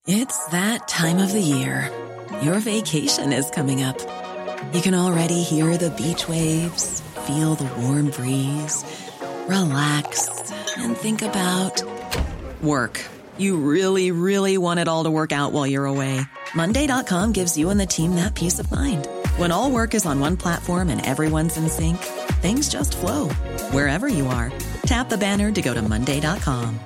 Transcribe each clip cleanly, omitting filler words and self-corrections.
It's that time of the year. Your vacation is coming up. You can already hear the beach waves, feel the warm breeze, relax, and think about work. You really, really want it all to work out while you're away. Monday.com gives you and the team that peace of mind. When all work is on one platform and everyone's in sync, things just flow. Wherever you are, tap the banner to go to Monday.com.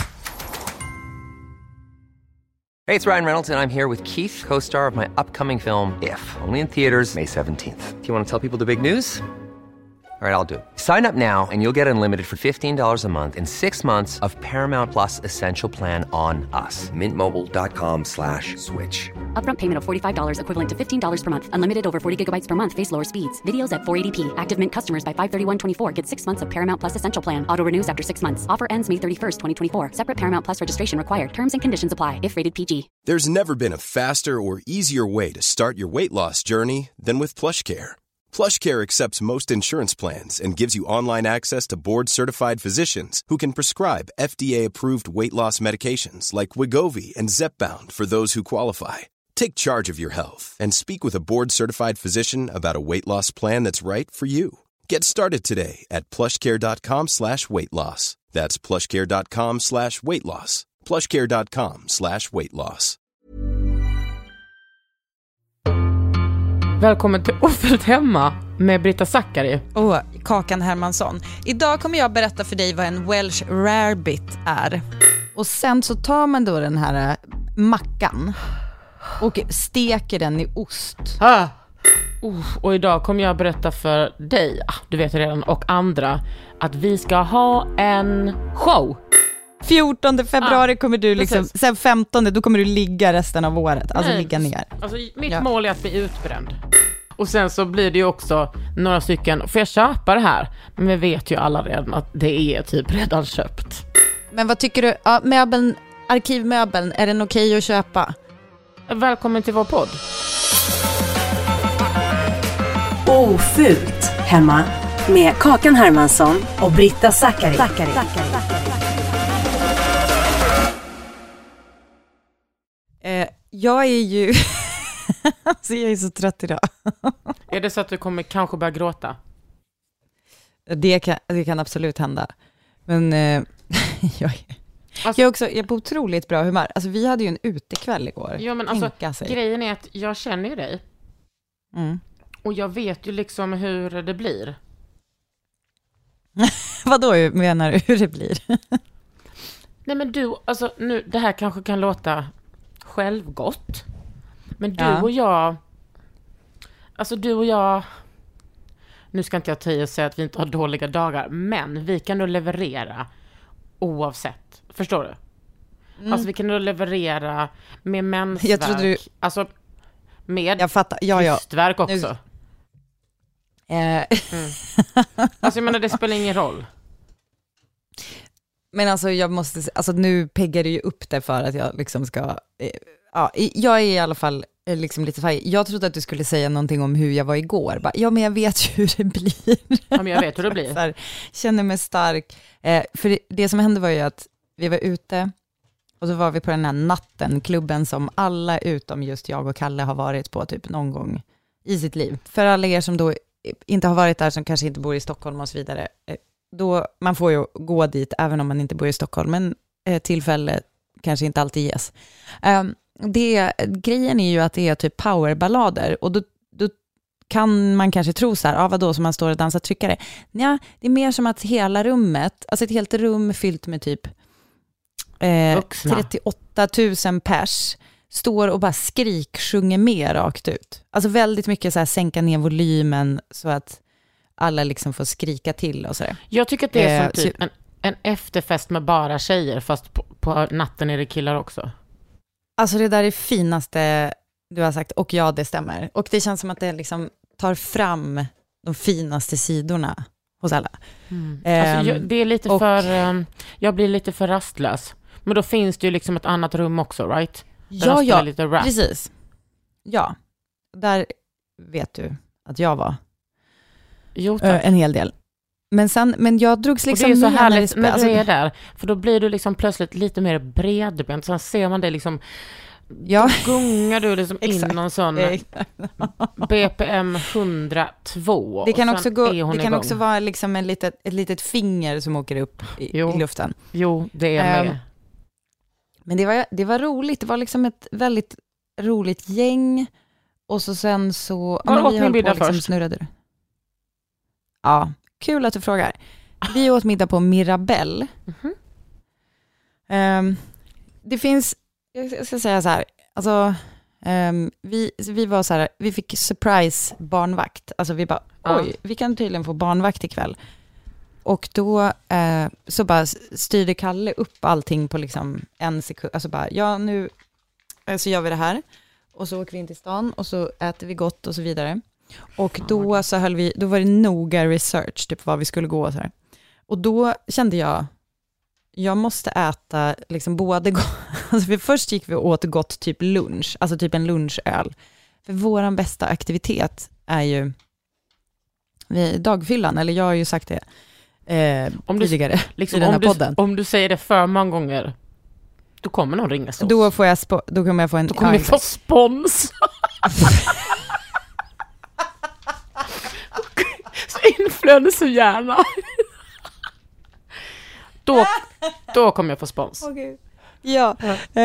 Hey, it's Ryan Reynolds, and I'm here with Keith, co-star of my upcoming film, If, only in theaters May 17th. Do you want to tell people the big news? All right, I'll do it. Sign up now and you'll get unlimited for $15 a month and 6 months of Paramount Plus Essential Plan on us. MintMobile.com/switch. Upfront payment of $45 equivalent to $15 per month. Unlimited over 40 gigabytes per month. Face lower speeds. Videos at 480p. Active Mint customers by 531.24 get 6 months of Paramount Plus Essential Plan. Auto renews after 6 months. Offer ends May 31st, 2024. Separate Paramount Plus registration required. Terms and conditions apply if rated PG. There's never been a faster or easier way to start your weight loss journey than with PlushCare. PlushCare accepts most insurance plans and gives you online access to board-certified physicians who can prescribe FDA-approved weight loss medications like Wegovy and Zepbound for those who qualify. Take charge of your health and speak with a board-certified physician about a weight loss plan that's right for you. Get started today at plushcare.com/weightloss. That's plushcare.com/weightloss. plushcare.com/weightloss. Välkommen till Oföljt hemma med Britta Zackari och Kakan Hermansson. Idag kommer jag berätta för dig vad en Welsh Rarebit är. Och sen så tar man då den här mackan och steker den i ost. Och idag kommer jag berätta för dig, du vet redan, och andra, att vi ska ha en show. 14 februari kommer du liksom, sen 15 då kommer du ligga resten av året. Alltså ligga ner. Alltså mitt mål är att bli utbränd. Och sen så blir det ju också några stycken, får jag köpa det här? Men vi vet ju alla redan att det är typ redan köpt. Men vad tycker du? Ja, möbeln, arkivmöbeln, är den okej att köpa? Välkommen till vår podd. Oföljt hemma med Kakan Hermansson och Britta Zackari. Jag är ju alltså jag är så trött idag. Är det så att du kommer kanske börja gråta? Det kan absolut hända. Men jag är på otroligt bra humör. Alltså vi hade ju en utekväll igår. Ja, men alltså grejen är att jag känner ju dig. Mm. Och jag vet ju liksom hur det blir. Vadå menar du hur det blir? Nej, men du, alltså nu, det här kanske kan låta självgott. Men du och jag, alltså du och jag, nu ska inte jag ta i och säga att vi inte har dåliga dagar, men vi kan då leverera oavsett. Förstår du? Alltså vi kan då leverera med mensvärk. Jag trodde du... Alltså med bröstverk också. Alltså jag menar, det spelar ingen roll. Men alltså nu peggar det ju upp det för att jag liksom ska jag är i alla fall liksom lite färg. Jag trodde att du skulle säga någonting om hur jag var igår. Men jag vet ju hur det blir. Ja, men jag vet hur det blir. Så känner mig stark. För det som hände var ju att vi var ute och så var vi på den här nattenklubben som alla utom just jag och Kalle har varit på typ någon gång i sitt liv. För alla er som då inte har varit där, som kanske inte bor i Stockholm och så vidare, då man får ju gå dit även om man inte bor i Stockholm, men tillfälle kanske inte alltid ges. Grejen är ju att det är typ powerballader, och då kan man kanske tro så här, vadå, som man står och dansar tryckare. Ja, det är mer som att hela rummet, alltså ett helt rum fyllt med typ 38 000 pers står och bara sjunger med rakt ut. Alltså väldigt mycket så här, sänka ner volymen så att alla liksom får skrika till och så där. Jag tycker att det är som typ en efterfest med bara tjejer, fast på natten är det killar också. Alltså det där är finaste du har sagt, och ja, det stämmer. Och det känns som att det liksom tar fram de finaste sidorna hos alla. Alltså, det är lite jag blir lite för rastlös. Men då finns det ju liksom ett annat rum också, right? Ja, lite rap. Precis. Ja, där vet du att jag var. Jo, tack. En hel del. Men jag drogs liksom... Och det är så härligt när du är där. För då blir du liksom plötsligt lite mer bredbent. Sen ser man det liksom Ja. Gungar du liksom in någon sån BPM 102. Det kan också vara liksom ett litet finger som åker upp i luften. Jo, det är med. Men det var roligt. Det var liksom ett väldigt roligt gäng. Och så sen så... Var åt min middag liksom först? Snurrade. Ja, kul att du frågar. Vi åt middag på Mirabelle. Det finns... Jag ska säga så här. Alltså, vi var så här... Vi fick surprise barnvakt. Alltså vi bara, oj, vi kan tydligen få barnvakt ikväll. Och då så bara styrde Kalle upp allting på liksom en sekund. Alltså bara, ja nu så gör vi det här. Och så åker vi in till stan och så äter vi gott och så vidare. Och då så då var det noga research, typ vad vi skulle gå och så här. Och då kände jag måste äta liksom både alltså för först gick vi och åt gott typ lunch, alltså typ en lunchöl. För våran bästa aktivitet är ju dagfyllan, eller jag har ju sagt det tidigare liksom, i den här podden. Om du säger det för många gånger, då kommer någon ringa så. Då kommer jag få en... Då kommer vi få spons. Så influencer gärna. Då kommer jag få spons. Okay. Ja.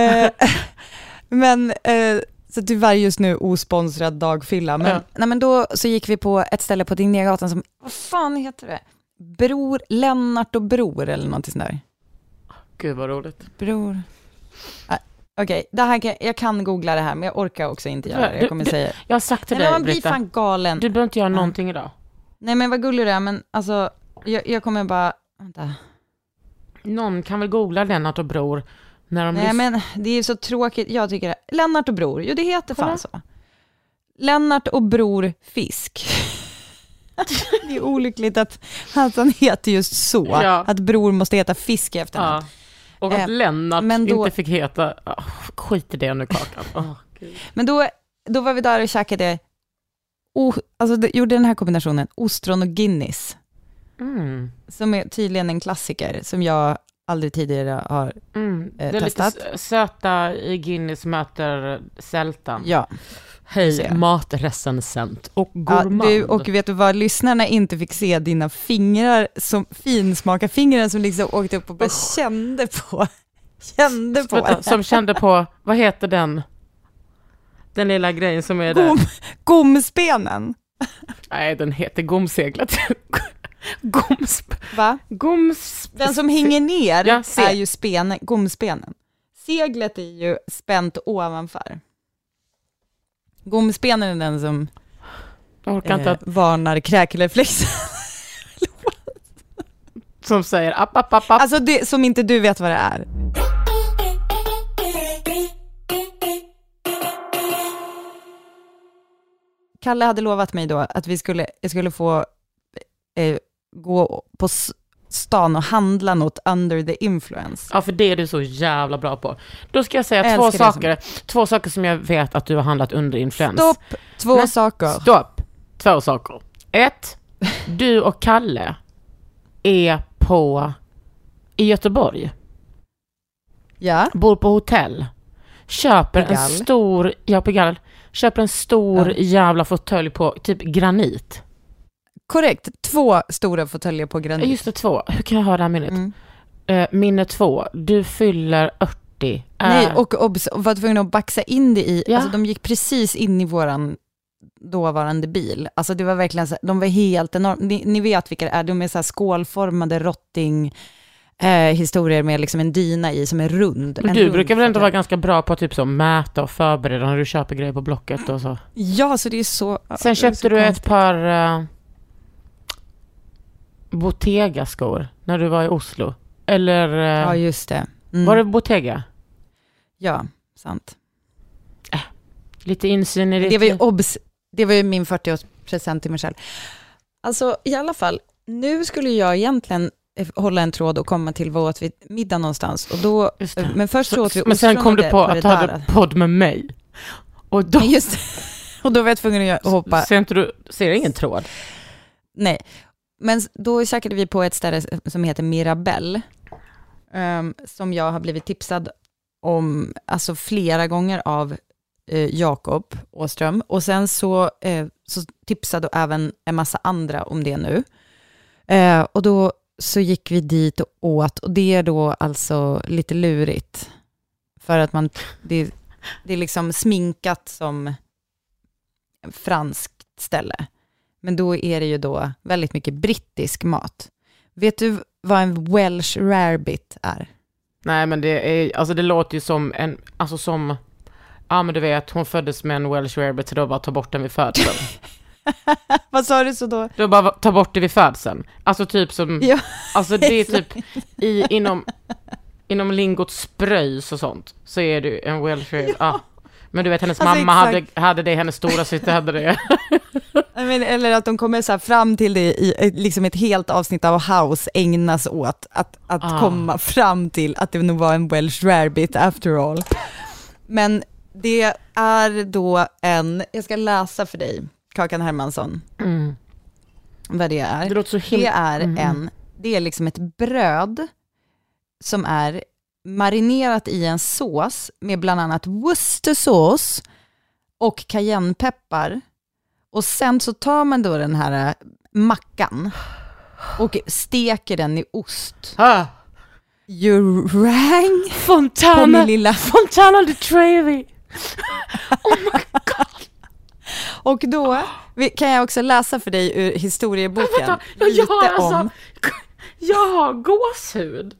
Men så tyvärr just nu osponsrad dagfylla. Men, nej, men då så gick vi på ett ställe på Dignegatan som, vad fan heter det? Lennart och Bror eller någonting sånt där. Gud vad roligt. Bror. Okej, jag kan googla det här, men jag orkar också inte göra det. Jag kommer säga. Jag har sagt till dig, man blir fan galen. Du behöver inte göra någonting idag. Nej, men vad gullig det är, men alltså jag kommer bara, vänta. Någon kan väl googla Lennart och Bror när de Nej, men det är så tråkigt. Jag tycker det. Lennart och Bror. Jo, det heter fan så. Lennart och Bror Fisk. Det är olyckligt att han heter just så. Ja. Att Bror måste heta Fisk efter namn. Och att Lennart inte fick heta... skit i det nu, Kakan. Men då var vi där och käkade... alltså gjorde den här kombinationen. Ostron och Guinness. Som är tydligen en klassiker. Som jag aldrig tidigare har testat. Det är lite söta i Guinness möter sältan. Ja. Hej, matrecensent och gourmand. Ja, och vet du vad, lyssnarna inte fick se dina fingrar, som finsmakarfingrar som liksom åkte upp och bara kände på. Som kände på, vad heter den lilla grejen som är där? Gomspenen. Nej, den heter gomseglet. Va? Den som hänger ner är ju gomspenen. Seglet är ju spänt ovanför. Gomspenen är den som varnar kräkreflexen. Som säger app. Alltså det som inte du vet vad det är. Kalle hade lovat mig då att jag skulle få gå på stan och handla något under the influence. Ja, för det är du så jävla bra på. Då ska jag säga två saker som jag vet att du har handlat under influens. Stopp, två saker. 1. Du och Kalle är i Göteborg. Ja. Bor på hotell. Köper en stor jävla fåtölj på typ granit. Korrekt, 2 stora fåtöljer på granit. Just det, 2. Hur kan jag ha det här minnet? Minne 2. Du fyller 80. Nej, och var tvungen att baxa in det i. Ja. Alltså de gick precis in i våran dåvarande bil. Alltså det var verkligen så, de var helt enormt. Ni vet vilka det är. De är så här skålformade rotting historier med liksom en dyna i som är rund. Men du brukar väl ändå vara ganska bra på typ så mäta och förbereda när du köper grejer på Blocket och så. Ja, så det är så. Sen köpte du ett par Bottega-skor när du var i Oslo. Eller... ja, just det. Var det Bottega? Ja, sant. Lite insyn i det. Det var ju min 40-årspresent till mig själv. Alltså, i alla fall, nu skulle jag egentligen hålla en tråd och komma till vad åt vi middag någonstans. Och då, men först så åt vi. Men sen kom du på att du hade podd med mig. Och då, just, och då var jag tvungen att hoppa. Ser ingen tråd? Nej. Men då käkade vi på ett ställe som heter Mirabelle. Som jag har blivit tipsad om alltså flera gånger av Jakob Åström. Och sen så tipsade även en massa andra om det nu. Och då så gick vi dit och åt. Och det är då alltså lite lurigt. För att det är liksom sminkat som franskt ställe. Men då är det ju då väldigt mycket brittisk mat. Vet du vad en Welsh rarebit är? Nej, men det låter ju som men du vet, hon föddes med en Welsh rarebit, så då bara ta bort den vid födseln. Vad sa du så då? Då bara ta bort det vid födseln. Alltså typ som, ja, alltså det är typ inom lingot spröjs och sånt, så är det en Welsh rarebit. Ja. Men du vet, hennes mamma hade det, hennes stora syster hade det. Eller att de kommer så här fram till det i liksom ett helt avsnitt av House ägnas åt att komma fram till att det nog var en Welsh rarebit after all. Men det är då jag ska läsa för dig, Kakan Hermansson, vad det är. Det låter så det är liksom ett bröd som är marinerat i en sås med bland annat Worcestersås och cayennepeppar. Och sen så tar man då den här mackan och steker den i ost. You rang Fontana, på min lilla Fontana di Trevi. Oh my god. Och då kan jag också läsa för dig ur historieboken. Jag har gåshud.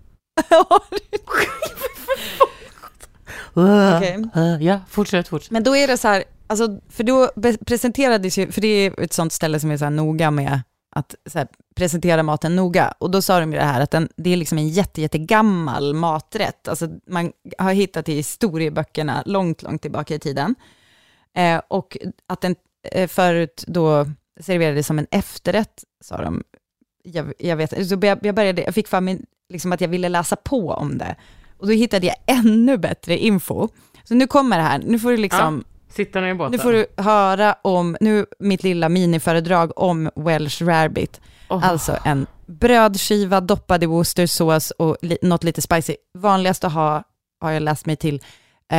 Okay. Ja, fortsätt. Men då är det så här, alltså, för då presenterades ju, för det är ett sånt ställe som är så här noga med att så här, presentera maten noga. Och då sa de ju det här att det är liksom en jättegammal maträtt. Alltså man har hittat i historieböckerna långt tillbaka i tiden. Och att den förut då serverades som en efterrätt, sa de. Jag vet, så jag fick för mig liksom att jag ville läsa på om det. Och då hittade jag ännu bättre info. Så nu kommer det här. Nu får du liksom... sitta ner i båten. Nu får du höra om mitt lilla miniföredrag om Welsh rarebit. Alltså en brödskiva doppad i Worcestersås och något lite spicy. Vanligast att har jag läst mig till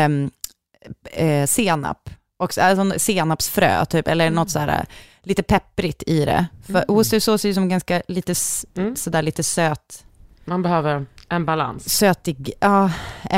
senap. Också, alltså senapsfrö typ, eller något så här lite pepprigt i det. För Worcestersås är ju som ganska lite sådär lite söt. Man behöver en balans. Sötig, ja.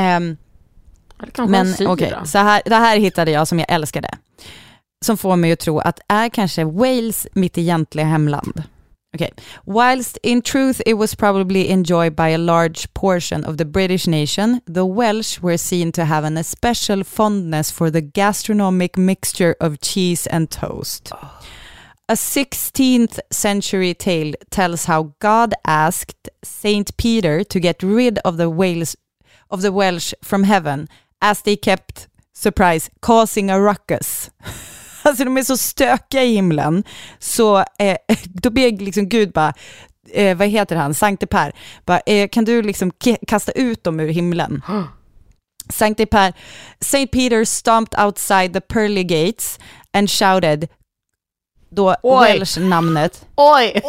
Men okej, det här hittade jag som jag älskade. Som får mig att tro att är kanske Wales mitt egentliga hemland. Okay. Whilst in truth it was probably enjoyed by a large portion of the British nation, the Welsh were seen to have an especial fondness for the gastronomic mixture of cheese and toast. A 16th century tale tells how God asked Saint Peter to get rid of the Welsh from heaven as they kept, surprise, causing a ruckus. Alltså de är så stökiga i himlen. Så då ber liksom Gud bara, vad heter han? Sankte Per. Bara, kan du liksom kasta ut dem ur himlen? Sankte Per. Saint Peter stomped outside the pearly gates and shouted, då Welsh-namnet. Oj!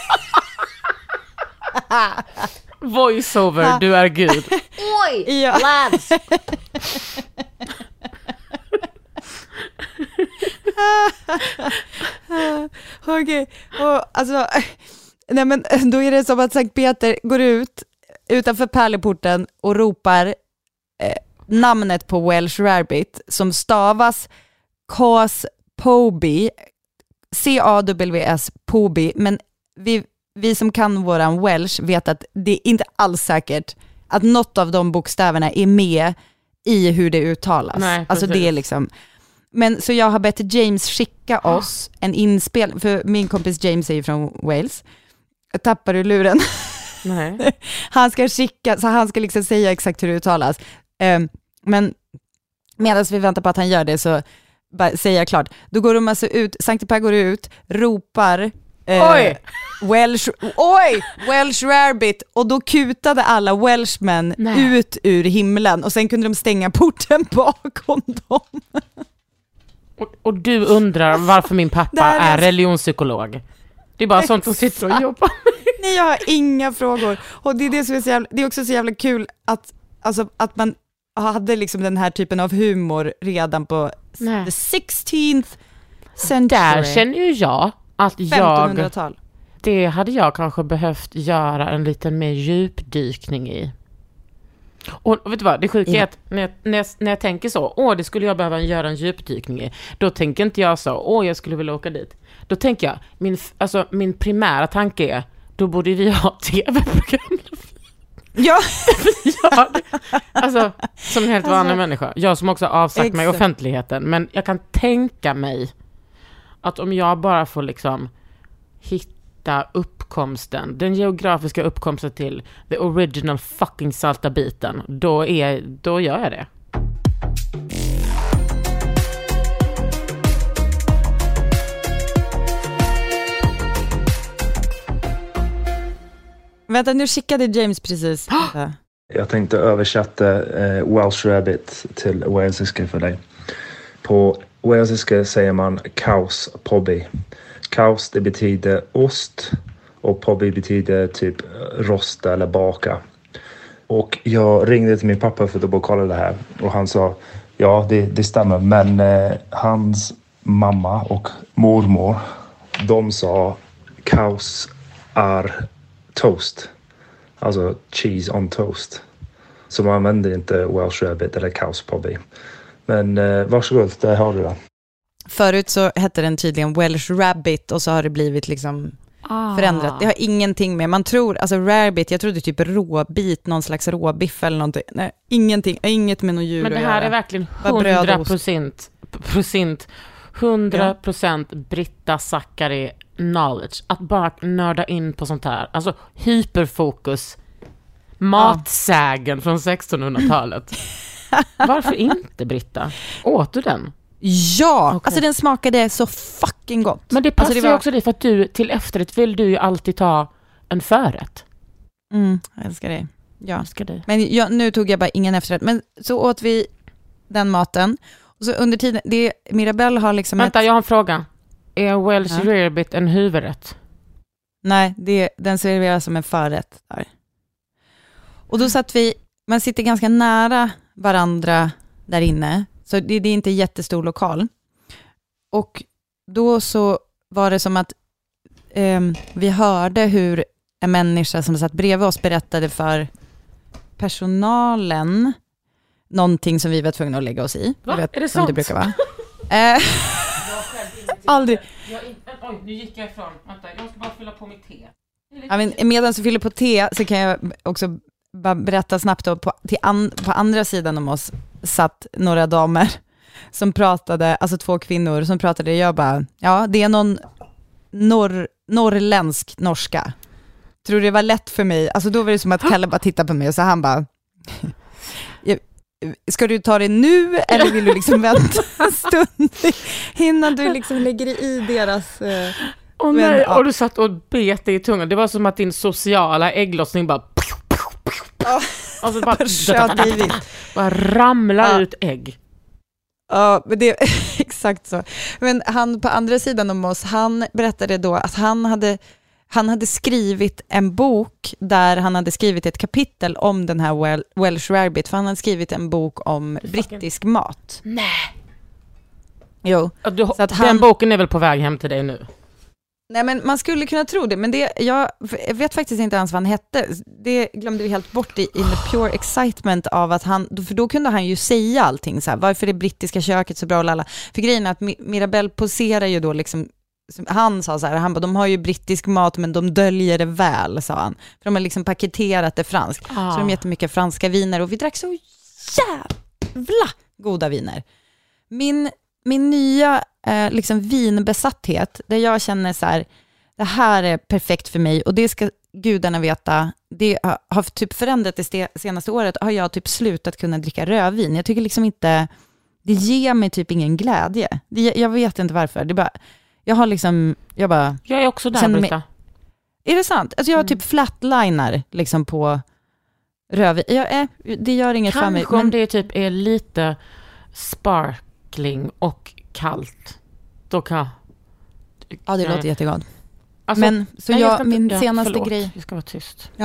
Voiceover, du är Gud. Oj, ja. Lads! Okej, och alltså nej men då är det som att Sankt Peter går ut utanför pärleporten och ropar namnet på Welsh rarebit som stavas Cas Poby, C-A-W-S Poby, men vi som kan våran Welsh vet att det är inte alls säkert att något av de bokstäverna är med i hur det uttalas. Nej, alltså det är liksom. Men så jag har bett James skicka oss en inspelning, för min kompis James är ju från Wales. Tappar du luren? Nej. Han ska skicka, så han ska liksom säga exakt hur det uttalas. Men medan vi väntar på att han gör det så bara säger jag klart. Då går de alltså ut, Sankte Per går ut, ropar Welsh rarebit, och då kutade alla Welshmen ut ur himlen och sen kunde de stänga porten bakom dem. Och du undrar varför min pappa är religionspsykolog. Det är bara sånt som sitter och jobbar. Nej, jag har inga frågor. Och det är det som är så jävla, det är också så jävla kul att, alltså, att man hade liksom den här typen av humor redan på the 16th century. Där känner ju jag att 1500-tal. Det hade jag kanske behövt göra en liten mer djupdykning i. Och vet du vad, det sjuka är att när jag tänker så, det skulle jag behöva göra en djupdykning i, då tänker inte jag så, jag skulle vilja åka dit. Då tänker jag, min primära tanke är, då borde vi ha tv-program. Ja. Alltså, som en helt vanlig människa. Jag som också har avsagt mig offentligheten. Men jag kan tänka mig att om jag bara får liksom hitta uppkomsten, den geografiska uppkomsten till the original fucking salta biten, då gör jag det. Vänta, nu skickade James precis. Jag tänkte översätta Welsh Rabbit till walesiska för dig. På walesiska säger man kaus pobby. Kaus, det betyder ost och pobby betyder typ rosta eller baka. Och jag ringde till min pappa för att bara kolla det här. Och han sa, ja det stämmer, men hans mamma och mormor, de sa kaus är toast. Alltså cheese on toast. Så man använder inte Welsh Rabbit eller kaus pobby. Men varsågod, där har du det. Förut så hette den tydligen Welsh Rabbit och så har det blivit liksom förändrat. Det har ingenting med, man tror, alltså rabbit, jag trodde typ råbit, någon slags råbiff eller någonting. Nej, ingenting, inget med någon djur. Men det här är verkligen 100% Britta Zackari knowledge. Att bara nörda in på sånt här. Alltså hyperfokus. Matsägen från 1600-talet. Varför inte, Britta? Åt du den? Ja, okay. Alltså den smakade så fucking gott. Men det passar ju också dig, för att du till efterrätt vill du ju alltid ta en förrätt. Jag älskar det. Ja. Älskar dig. Men nu tog jag bara ingen efterrätt. Men så åt vi den maten. Och så under tiden, Mirabelle har liksom... Vänta, jag har en fråga. Är Welsh Rabbit en huvudrätt? Nej, den serveras som en förrätt där. Och då satt man sitter ganska nära varandra där inne. Så det är inte en jättestor lokal. Och då så var det som att vi hörde hur en människa som satt bredvid oss berättade för personalen någonting som vi var tvungna att lägga oss i. Va? Är det sant? Det brukar vara. Aldrig. Oj, nu gick jag ifrån. Vänta, jag ska bara fylla på mitt te. Ja, men medan du fyller på te så kan jag också bara berätta snabbt då, på andra sidan om oss satt några damer som pratade, alltså 2 kvinnor som pratade. Jag bara, det är någon norrländsk norska. Tror det var lätt för mig. Alltså då var det som att Kalle bara tittade på mig och så han bara, ska du ta det nu eller vill du liksom vänta en stund innan du liksom lägger i deras... nej, och du satt och bet i tungan. Det var som att din sociala ägglossning bara... Alltså bara ramla ut ägg. Ja, men det är exakt så. Men han på andra sidan om oss, han berättade då att han hade skrivit en bok där han hade skrivit ett kapitel om den här Welsh Rabbit, för han hade skrivit en bok om brittisk mat. Nej. Jo. Så att den boken är väl på väg hem till dig nu? Nej, men man skulle kunna tro det, men jag vet faktiskt inte ens vad han hette. Det glömde vi helt bort in the pure excitement av att för då kunde han ju säga allting så här, varför är brittiska köket så bra och lalla. För grejen är att Mirabelle poserar ju då liksom, han sa så här, han bara, de har ju brittisk mat men de döljer det väl, sa han. För de har liksom paketerat det franskt. Så de har jättemycket franska viner och vi drack så jävla goda viner. Min nya liksom vinbesatthet, där jag känner så här, det här är perfekt för mig och det ska gudarna veta, det har typ förändrat det senaste året, har jag typ slutat kunna dricka rödvin. Jag tycker liksom inte, det ger mig typ ingen glädje. Jag vet inte varför. Det bara, jag är också där, Britta. Är det sant? Alltså jag har typ flatliner liksom på rödvin. Det gör inget för mig. Kanske om det typ är lite sparkling och kallt. Då kan... Ja, det låter jättegott. Alltså, men så min senaste grej... Jag ska vara tyst. Ja.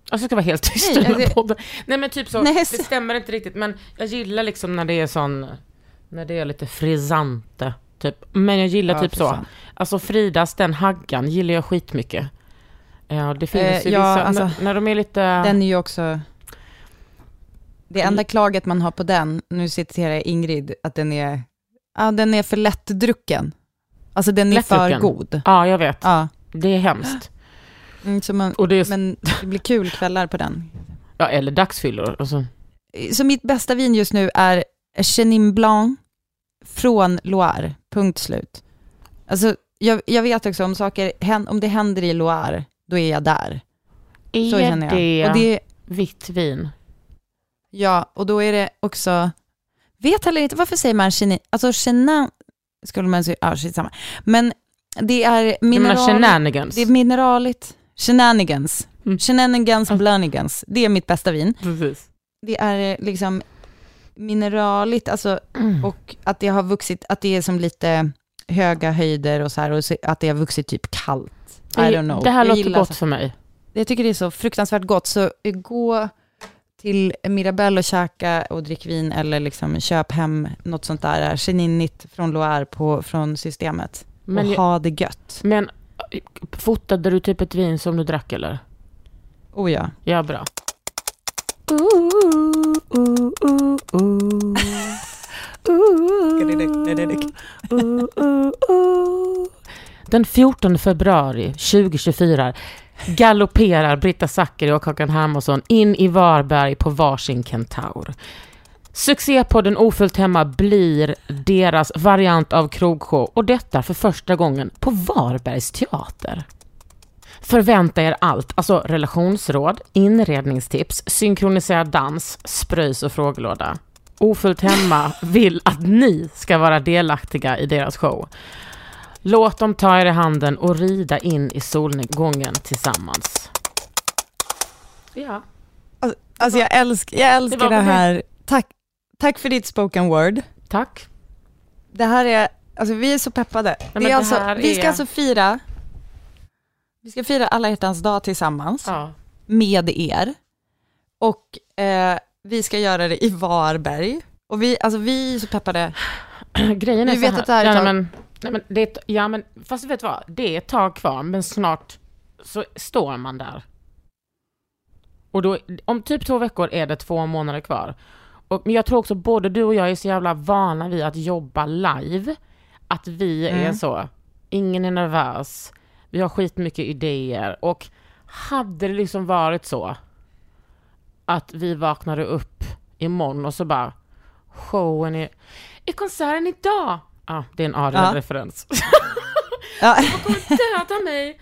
Alltså jag ska vara helt tyst under podden. Nej men typ så, det stämmer inte riktigt. Men jag gillar liksom när det är sån, när det är lite frisante typ. Men jag gillar typ så. Alltså Fridas, den haggan gillar jag skitmycket. Ja, det finns ju vissa, alltså, när de är lite... Den är ju också... Det enda klaget man har på den, nu citerar jag Ingrid, att den är för lättdrucken. Alltså den är för god. Ja, jag vet. Ja. Det är hemskt. Men det blir kul kvällar på den. Ja, eller dagsfyllor. Alltså. Så mitt bästa vin just nu är Chenin Blanc från Loire. Punkt slut. Alltså, jag vet också om det händer i Loire, då är jag där. Så känner jag. Och det är vitt vin. Ja, och då är det också... Vet heller inte, varför säger man Chenin? Alltså Chenin skulle man säga, samma. Men det är shenanigans. Det är mineraligt. Shenanigans. Shenanigans, blönigans. Det är mitt bästa vin. Precis. Det är liksom mineraligt, alltså, och att det har vuxit, att det är som lite höga höjder och så här, och att det har vuxit typ kallt. I don't know. Det här låter gott för mig. Jag tycker det är så fruktansvärt gott, så gå till Mirabelle och käka och drick vin, eller liksom köp hem något sånt där Cheninigt från Loire från systemet. Men och ha det gött. Men fotade du typ ett vin som du drack eller? Oh ja. Ja, bra. Den 14 februari 2024 galopperar Britta Zackari och Kakan Hermansson in i Varberg på varsin kentaur. Succépodden Ofullt hemma blir deras variant av krogshow, och detta för första gången på Varbergs teater. Förvänta er allt, alltså relationsråd, inredningstips, synkroniserad dans, spröjs och frågelåda. Ofullt hemma vill att ni ska vara delaktiga i deras show. Låt dem ta er i handen och rida in i solnedgången tillsammans. Ja. Alltså jag älskar det här. Tack för ditt spoken word. Tack. Det här är, alltså vi är så peppade. Vi ska fira alla hjärtans dag tillsammans med er. Och vi ska göra det i Varberg. Och vi är så peppade. Grejen är vi vet så att det här är men fast vet du vad? Det är ett tag kvar, men snart så står man där. Och då, om typ 2 veckor är det 2 månader kvar. Men jag tror också både du och jag är så jävla vana vid att jobba live. Att vi är så, ingen är nervös. Vi har skitmycket idéer. Och hade det liksom varit så att vi vaknade upp imorgon och så bara, showen är konserten idag. Ja, det är en Ariel-referens. Ja. Jag kommer döda mig.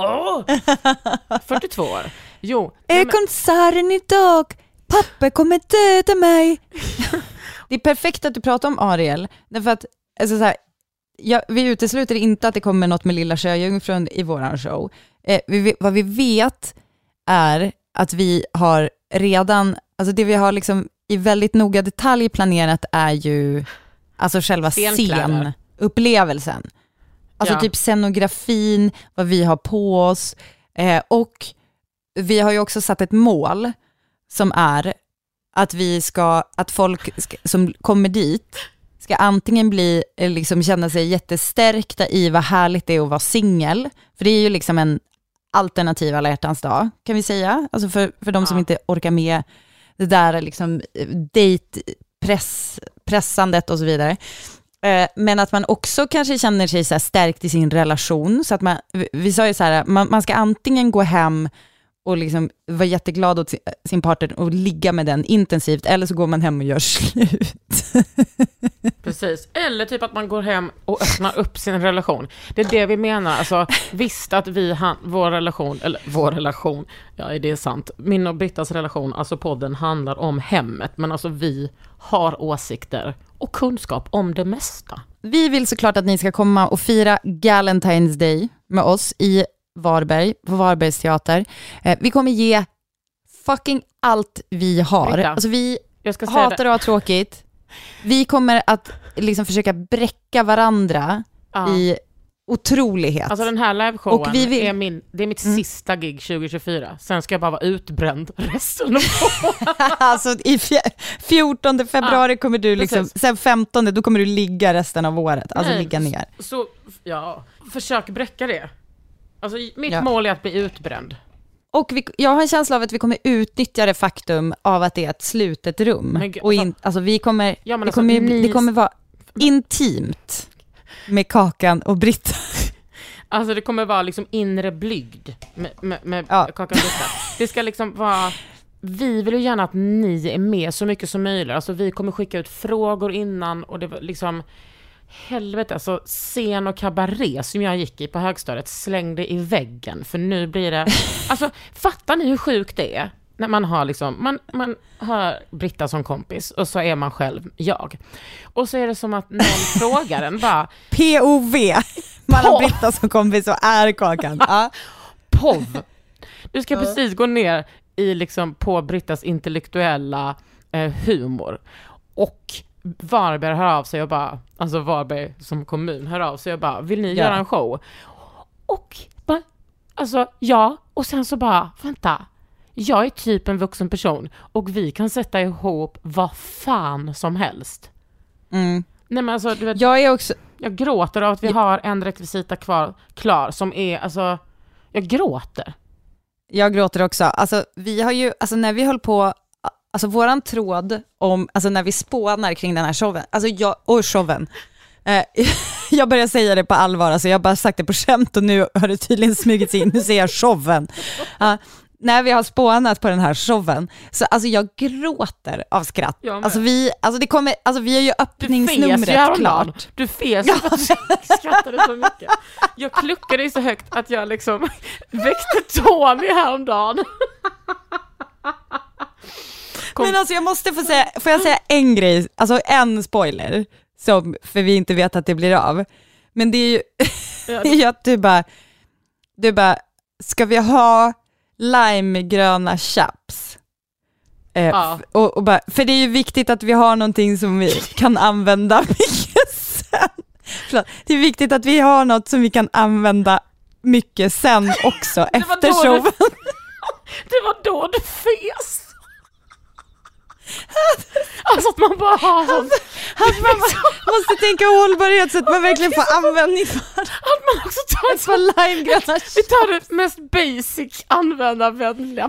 42 år. Jo. Är konserten idag? Pappa kommer döda mig. Det är perfekt att du pratar om Ariel. Därför att alltså, så här, vi utesluter inte att det kommer något med Lilla Sjöjungfrun i våran show. Vad vi vet är att vi har redan, alltså det vi har liksom i väldigt noga detalj planerat är ju alltså själva scenupplevelsen. Alltså typ scenografin, vad vi har på oss. Och vi har ju också satt ett mål som är att folk som kommer dit ska antingen liksom känna sig jättestärkta i vad härligt det är att vara singel. För det är ju liksom en alternativ alla hjärtans dag, kan vi säga. Alltså för de som inte orkar med det där liksom pressandet och så vidare. Men att man också kanske känner sig så här stärkt i sin relation. Så att vi sa ju så här, man ska antingen gå hem och liksom vara jätteglad åt sin partner och ligga med den intensivt, eller så går man hem och gör slut. Precis, eller typ att man går hem och öppnar upp sin relation. Det är det vi menar, alltså visst att vår relation, ja det är sant, min och Brittas relation, alltså podden handlar om hemmet, men alltså vi har åsikter och kunskap om det mesta. Vi vill såklart att ni ska komma och fira Galentine's Day med oss i Varberg, på Varbergs teater. Vi kommer ge fucking allt vi har. Alltså vi hatar att ha tråkigt. Vi kommer att liksom försöka bräcka varandra i otrolighet. Alltså den här liveshowen och det är mitt sista gig 2024. Sen ska jag bara vara utbränd resten av året. Alltså i 14 februari kommer du liksom, sen 15 då kommer du ligga resten av året. Alltså ligga ner. Så försök bräcka det. Alltså mitt mål är att bli utbränd. Och jag har en känsla av att vi kommer utnyttja det faktum av att det är ett slutet rum. Alltså vi kommer, det kommer vara intimt med Kakan och Britta. Alltså det kommer vara liksom inre blygd med Kakan och Britta. Det ska liksom vara... Vi vill ju gärna att ni är med så mycket som möjligt. Alltså vi kommer skicka ut frågor innan och det var liksom... Helvete, alltså scen och kabaré som jag gick i på högstadiet slängde i väggen. För nu blir det... Alltså, fattar ni hur sjukt det är? När man har liksom... Man har Britta som kompis och så är man själv jag. Och så är det som att någon frågar en bara... POV! Man har Britta som kompis och är Kakan. POV! Du ska precis gå ner i liksom på Brittas intellektuella humor. Och... Varberg hör av sig och bara, alltså Varberg som kommun hör av sig och bara, vill ni göra en show? Och bara, alltså och sen så bara, vänta, jag är typ en vuxen person och vi kan sätta ihop vad fan som helst. Nej men alltså, du vet, jag gråter av att vi har en rekvisita klar som är, alltså, jag gråter. Jag gråter också, alltså vi har ju, alltså när vi höll på. Alltså våran tråd om, alltså när vi spånar kring den här showen, alltså showen. Jag börjar säga det på allvar, alltså jag har bara sagt det på skämt och nu har det tydligen smugit in, nu säger jag showen. När vi har spånat på den här showen, så alltså jag gråter av skratt. Alltså vi har ju öppningsnumret klart. Du fes för att du skrattade så mycket. Jag kluckade så högt att jag liksom väckte Tony häromdagen. Men alltså jag måste får jag säga en grej, alltså en spoiler, för vi inte vet att det blir av. Men det är ju det är ju att du bara, ska vi ha limegröna chaps? Och bara, för det är ju viktigt att vi har någonting som vi kan använda mycket sen. Förlåt, det är viktigt att vi har något som vi kan använda mycket sen också efter showen. Det var då du fes. Alltså att man bara har sånt. Att man måste tänka hållbarhet så att man verkligen får användning för. Att man också tar limegröna. Vi tar det mest basic användarvänliga.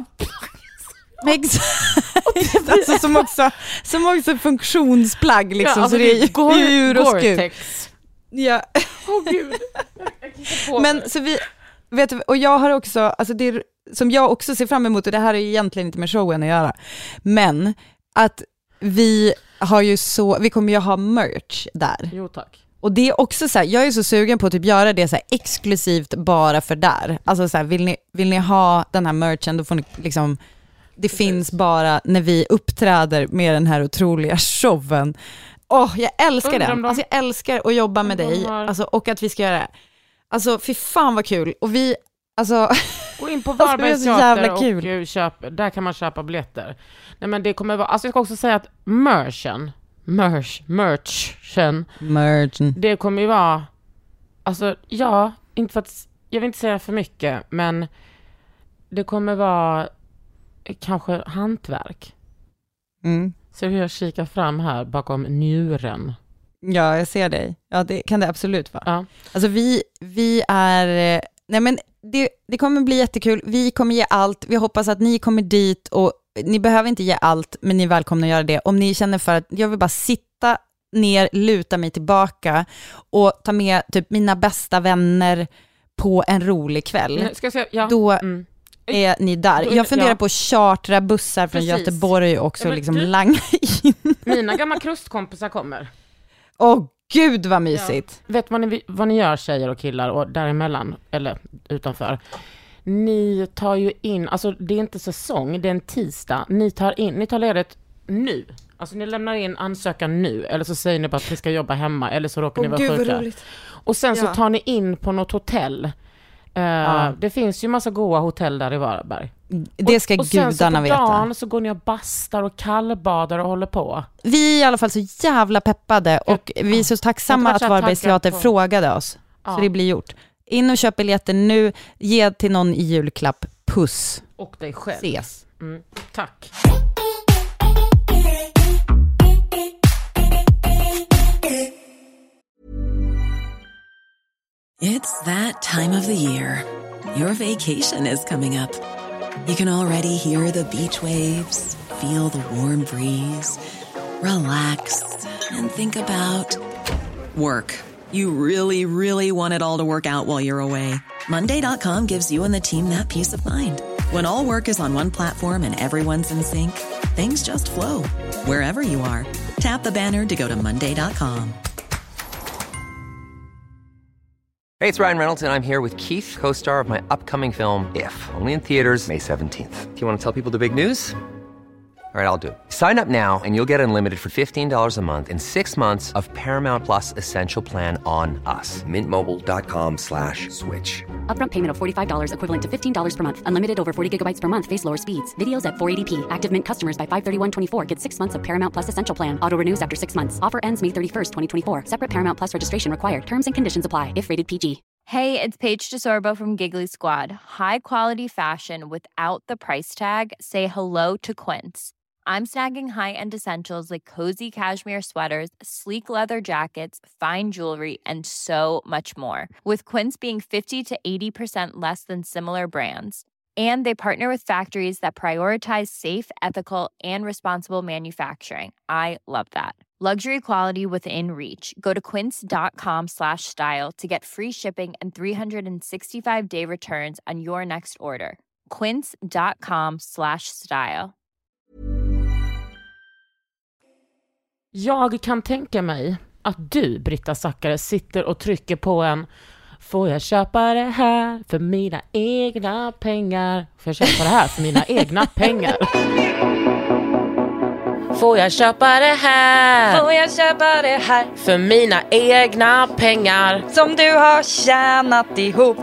Exakt. Alltså som också funktionsplagg liksom, alltså, så det är djur och skur. Ja. Gud. Men så vi vet, och jag har också, alltså det som jag också ser fram emot, och det här är egentligen inte med showen att göra, men att vi kommer ju ha merch där. Jo tack. Och det är också så här, jag är så sugen på att typ göra det så här exklusivt bara för där. Alltså så här, vill ni ha den här merchen, då får ni liksom, det finns bara när vi uppträder med den här otroliga showen. Jag älskar den. Alltså jag älskar att jobba med dig, alltså, och att vi ska göra det. Alltså fy fan vad kul. Och vi, alltså gå in på Varbergs teater och köp, där kan man köpa biljetter. Nej men det kommer vara, alltså jag ska också säga att merchen, det kommer ju vara, alltså inte för att, jag vill inte säga för mycket, men det kommer vara kanske hantverk. Så hur jag kikar fram här bakom njuren. Ja, jag ser dig. Ja, det kan det absolut vara. Ja. Alltså vi är, nej men det kommer bli jättekul. Vi kommer ge allt. Vi hoppas att ni kommer dit, och ni behöver inte ge allt, men ni är välkomna att göra det. Om ni känner för att jag vill bara sitta ner, luta mig tillbaka och ta med typ mina bästa vänner på en rolig kväll. Då är ni där. Jag funderar på att chartra bussar från Göteborg också, liksom langa in. Mina gamla krustkompisar kommer. Gud vad mysigt. Ja. Vet vad ni gör, tjejer och killar och däremellan, eller utanför? Ni tar ju in, alltså det är inte säsong, det är en tisdag. Ni tar ledigt nu. Alltså ni lämnar in ansökan nu, eller så säger ni bara att ni ska jobba hemma, eller så råkar ni vara sjuka. Och sen så tar ni in på något hotell. Det finns ju massa goda hotell där i Varberg. Det ska gudarna veta. Och sen så på dagen så går ni och bastar och kallbadar och håller på. Vi är i alla fall så jävla peppade, och vi är så tacksamma att Varbergs teater frågade oss. Så det blir gjort. In och köp biljetter nu. Ge till någon i julklapp. Puss. Och dig själv. Ses. Tack. It's that time of the year. Your vacation is coming up. You can already hear the beach waves, feel the warm breeze, relax, and think about work. You really, really want it all to work out while you're away. Monday.com gives you and the team that peace of mind. When all work is on one platform and everyone's in sync, things just flow. Wherever you are, tap the banner to go to Monday.com. Hey, it's Ryan Reynolds, and I'm here with Keith, co-star of my upcoming film, If, only in theaters May 17th. Do you want to tell people the big news? All right, I'll do it. Sign up now and you'll get unlimited for $15 a month and 6 months of Paramount Plus Essential Plan on us. MintMobile.com/switch. Upfront payment of $45 equivalent to $15 per month. Unlimited over 40 gigabytes per month. Face lower speeds. Videos at 480p. Active Mint customers by 531.24 get 6 months of Paramount Plus Essential Plan. Auto renews after 6 months. Offer ends May 31st, 2024. Separate Paramount Plus registration required. Terms and conditions apply if rated PG. Hey, it's Paige DeSorbo from Giggly Squad. High quality fashion without the price tag. Say hello to Quince. I'm snagging high-end essentials like cozy cashmere sweaters, sleek leather jackets, fine jewelry, and so much more. With Quince being 50 to 80% less than similar brands. And they partner with factories that prioritize safe, ethical, and responsible manufacturing. I love that. Luxury quality within reach. Go to quince.com/style to get free shipping and 365-day returns on your next order. Quince.com/style. Jag kan tänka mig att du, Britta Zackare, sitter och trycker på en får jag köpa det här för mina egna pengar? Får jag köpa det här för mina egna pengar? Får jag köpa det här? Får jag köpa det här? För mina egna pengar som du har tjänat ihop.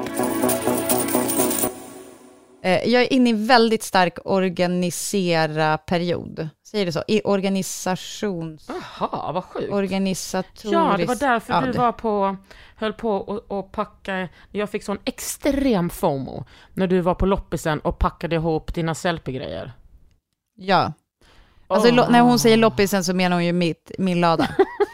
Jag är inne i väldigt stark organisera-period. Säger det så? I organisations... Jaha, vad sjukt. Organisatoriskt. Ja, det var därför du var på... höll på och packa... Jag fick sån extrem FOMO när du var på loppisen och packade ihop dina selfie-grejer. Ja. Alltså när hon säger loppisen så menar hon ju min lada.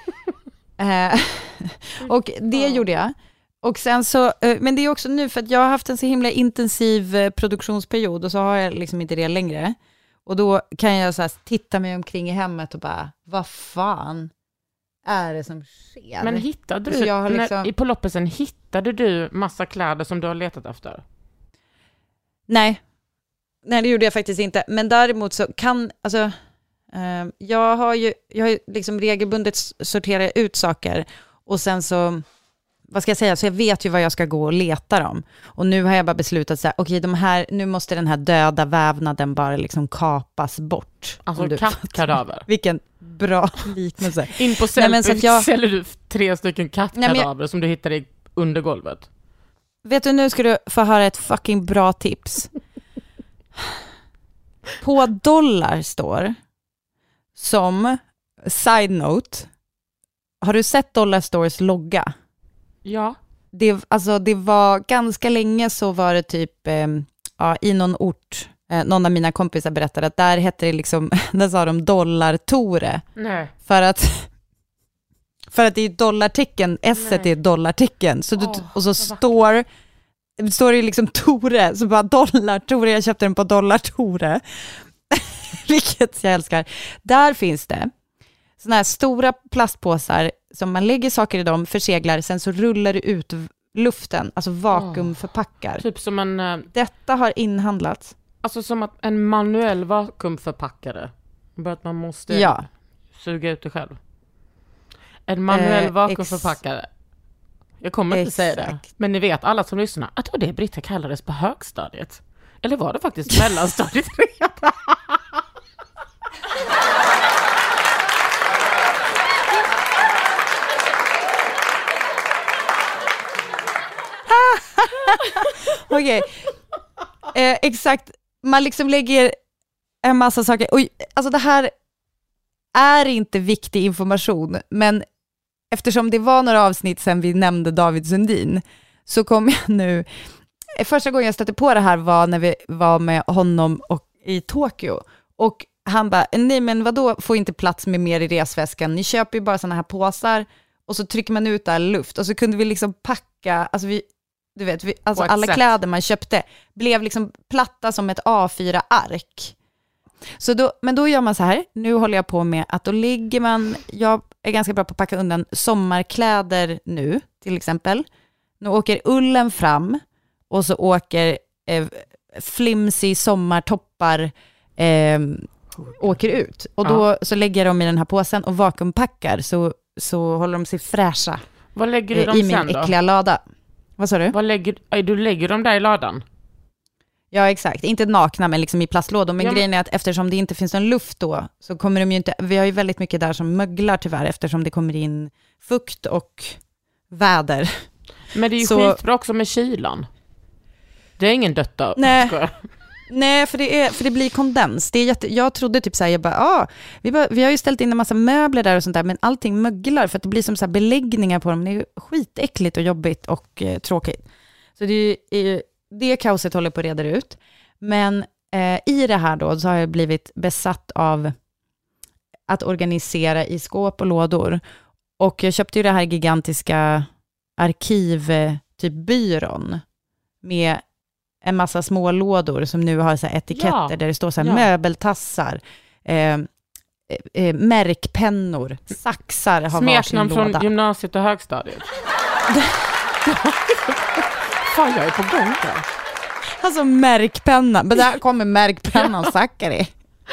Och det gjorde jag. Och sen så, men det är också nu för att jag har haft en så himla intensiv produktionsperiod och så har jag liksom inte det längre. Och då kan jag så här titta mig omkring i hemmet och bara, vad fan är det som sker? Men hittade du, liksom... på loppisen, hittade du massa kläder som du har letat efter? Nej, det gjorde jag faktiskt inte. Men däremot så kan, alltså, jag har ju liksom regelbundet sorterat ut saker och sen så, vad ska jag säga, så jag vet ju vad jag ska gå och leta dem. Och nu har jag bara beslutat så här, okej, nu måste den här döda vävnaden bara liksom kapas bort. Alltså kattkadaver. Vilken bra liknelse. In på säljer du 3 stycken kattkadaver som du hittar under golvet. Vet du, nu ska du få höra ett fucking bra tips. På Dollar står som side note, har du sett Dollar Stores logga? Ja. Det var ganska länge så var det typ i någon ort, någon av mina kompisar berättade att där hette det liksom, där sa de Dollar-Tore. Nej. För att det är dollartecken, S-et är dollartecken. Så och så står det liksom Tore, så bara Dollar-Tore, jag köpte den på Dollar-Tore. Vilket jag älskar. Där finns det såna här stora plastpåsar som man lägger saker i dem, förseglar, sen så rullar det ut luften, alltså vakuumförpackar. Typ som en... Detta har inhandlats. Alltså som att en manuell vakuumförpackare. Bara att man måste suga ut det själv. En manuell vakuumförpackare. Jag kommer inte säga det. Men ni vet, alla som lyssnar, att det Britta kallades på högstadiet. Eller var det faktiskt mellanstadiet redan? Okej. Exakt. Man liksom lägger en massa saker. Och, alltså det här är inte viktig information, men eftersom det var några avsnitt sen vi nämnde David Sundin, så kom jag nu, första gången jag stötte på det här var när vi var med honom i Tokyo, och han bara, nej men vadå, får inte plats med mer i resväskan, ni köper ju bara såna här påsar och så trycker man ut all luft, och så kunde vi liksom packa, alltså du vet, alltså alla kläder man köpte blev liksom platta som ett A4-ark. Så men då gör man så här, nu håller jag på med att då ligger man, jag är ganska bra på att packa undan sommarkläder nu, till exempel. Nu åker ullen fram och så åker flimsy sommartoppar åker ut. Och då så lägger jag dem i den här påsen och vakuumpackar, så håller de sig fräscha. Vad lägger du dem i min sen då? äckliga lada. Vad sa du? Du lägger dem där i ladan? Ja, exakt. Inte nakna, men liksom i plastlådor. Men grejen är att eftersom det inte finns någon luft då, så kommer de ju inte... Vi har ju väldigt mycket där som möglar tyvärr, eftersom det kommer in fukt och väder. Men det är ju skitbra också med kylan. Det är ingen dötta. Nej, för det blir kondens. Jag trodde typ så här, vi har ju ställt in en massa möbler där och sånt där, men allting möglar för att det blir som så här beläggningar på dem. Det är skitäckligt och jobbigt och tråkigt. Så det kaoset håller på att reda ut. Men i det här då så har jag blivit besatt av att organisera i skåp och lådor. Och jag köpte ju det här gigantiska typ byrån med en massa små lådor som nu har så här etiketter där det står så här möbeltassar, märkpennor, saxar har smeknamn från gymnasiet och högstadiet. Fan, jag är på gång där. Alltså märkpenna, men där kommer märkpennan Zachary.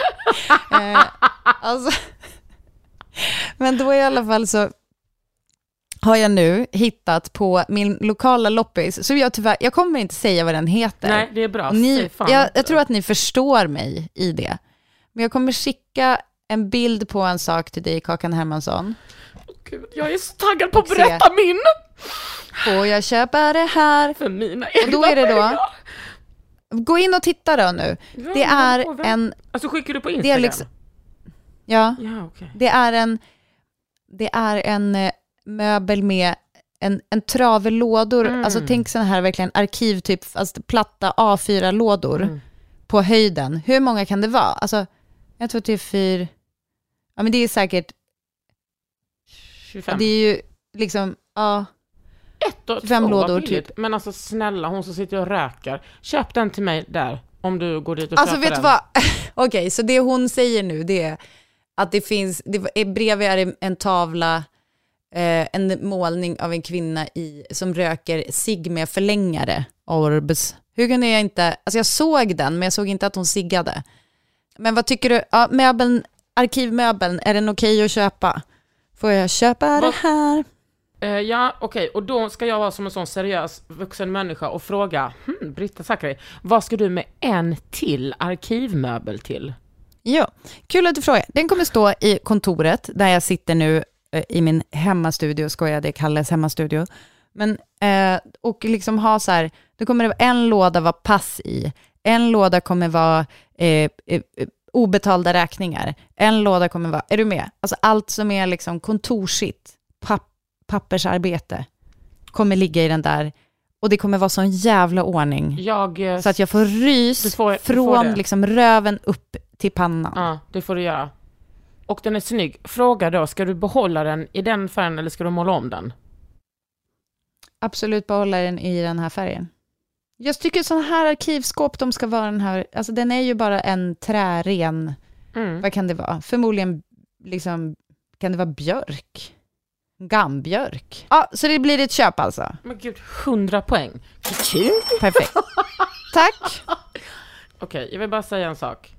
Alltså. Men då i alla fall så har jag nu hittat på min lokala loppis, så jag kommer inte säga vad den heter. Nej, det är bra. Jag tror att ni förstår mig i det. Men jag kommer skicka en bild på en sak till dig, Kakan Hermansson. Gud, jag är så taggad på att berätta min. Får jag köpa det här? För mina och då är det då... Gå in och titta då nu. Ja, det är en... Alltså skickar du på Instagram? Det är liksom, ja, okay. Det är en möbel med en trave lådor. Alltså tänk sån här verkligen arkivtyp, alltså platta A4-lådor på höjden. Hur många kan det vara? Alltså, jag tror att det är 4... Ja, men det är säkert... 25. Det är ju liksom... Ja... 5 lådor typ. Men alltså snälla, hon som sitter och rökar, köp den till mig där om du går dit och alltså, köper den. Alltså vet du vad? Okej, så det hon säger nu, det är att bredvid är en tavla, en målning av en kvinna som röker cigg med förlängare, Orbs. Hur kunde jag inte, alltså jag såg den, men jag såg inte att hon ciggade. Men vad tycker du, arkivmöbeln, är den okej att köpa? Får jag köpa det här? Ja, okej. Och då ska jag vara som en sån seriös vuxen människa och fråga, Britta Zachary, vad ska du med en till arkivmöbel till? Ja, kul att du frågar. Den kommer stå i kontoret där jag sitter nu i min hemmastudio, skojar, det är Kalles hemmastudio. Men, och liksom ha så här, då kommer det vara en låda vara pass i, en låda kommer vara obetalda räkningar, en låda kommer vara, är du med? Alltså allt som är liksom kontorsitt, pappersarbete kommer ligga i den där, och det kommer vara sån jävla ordning så att jag får rys från liksom röven upp till pannan. Ja, det får du göra. Och den är snygg. Fråga då, ska du behålla den i den färgen eller ska du måla om den? Absolut behålla den i den här färgen. Jag tycker sån här arkivskåp, de ska vara den här, alltså den är ju bara en trären, vad kan det vara? Förmodligen liksom, kan det vara björk? Gambjörk. Ja, så det blir ett köp alltså. Men gud, 100 poäng. Perfekt. Tack. Okej, jag vill bara säga en sak.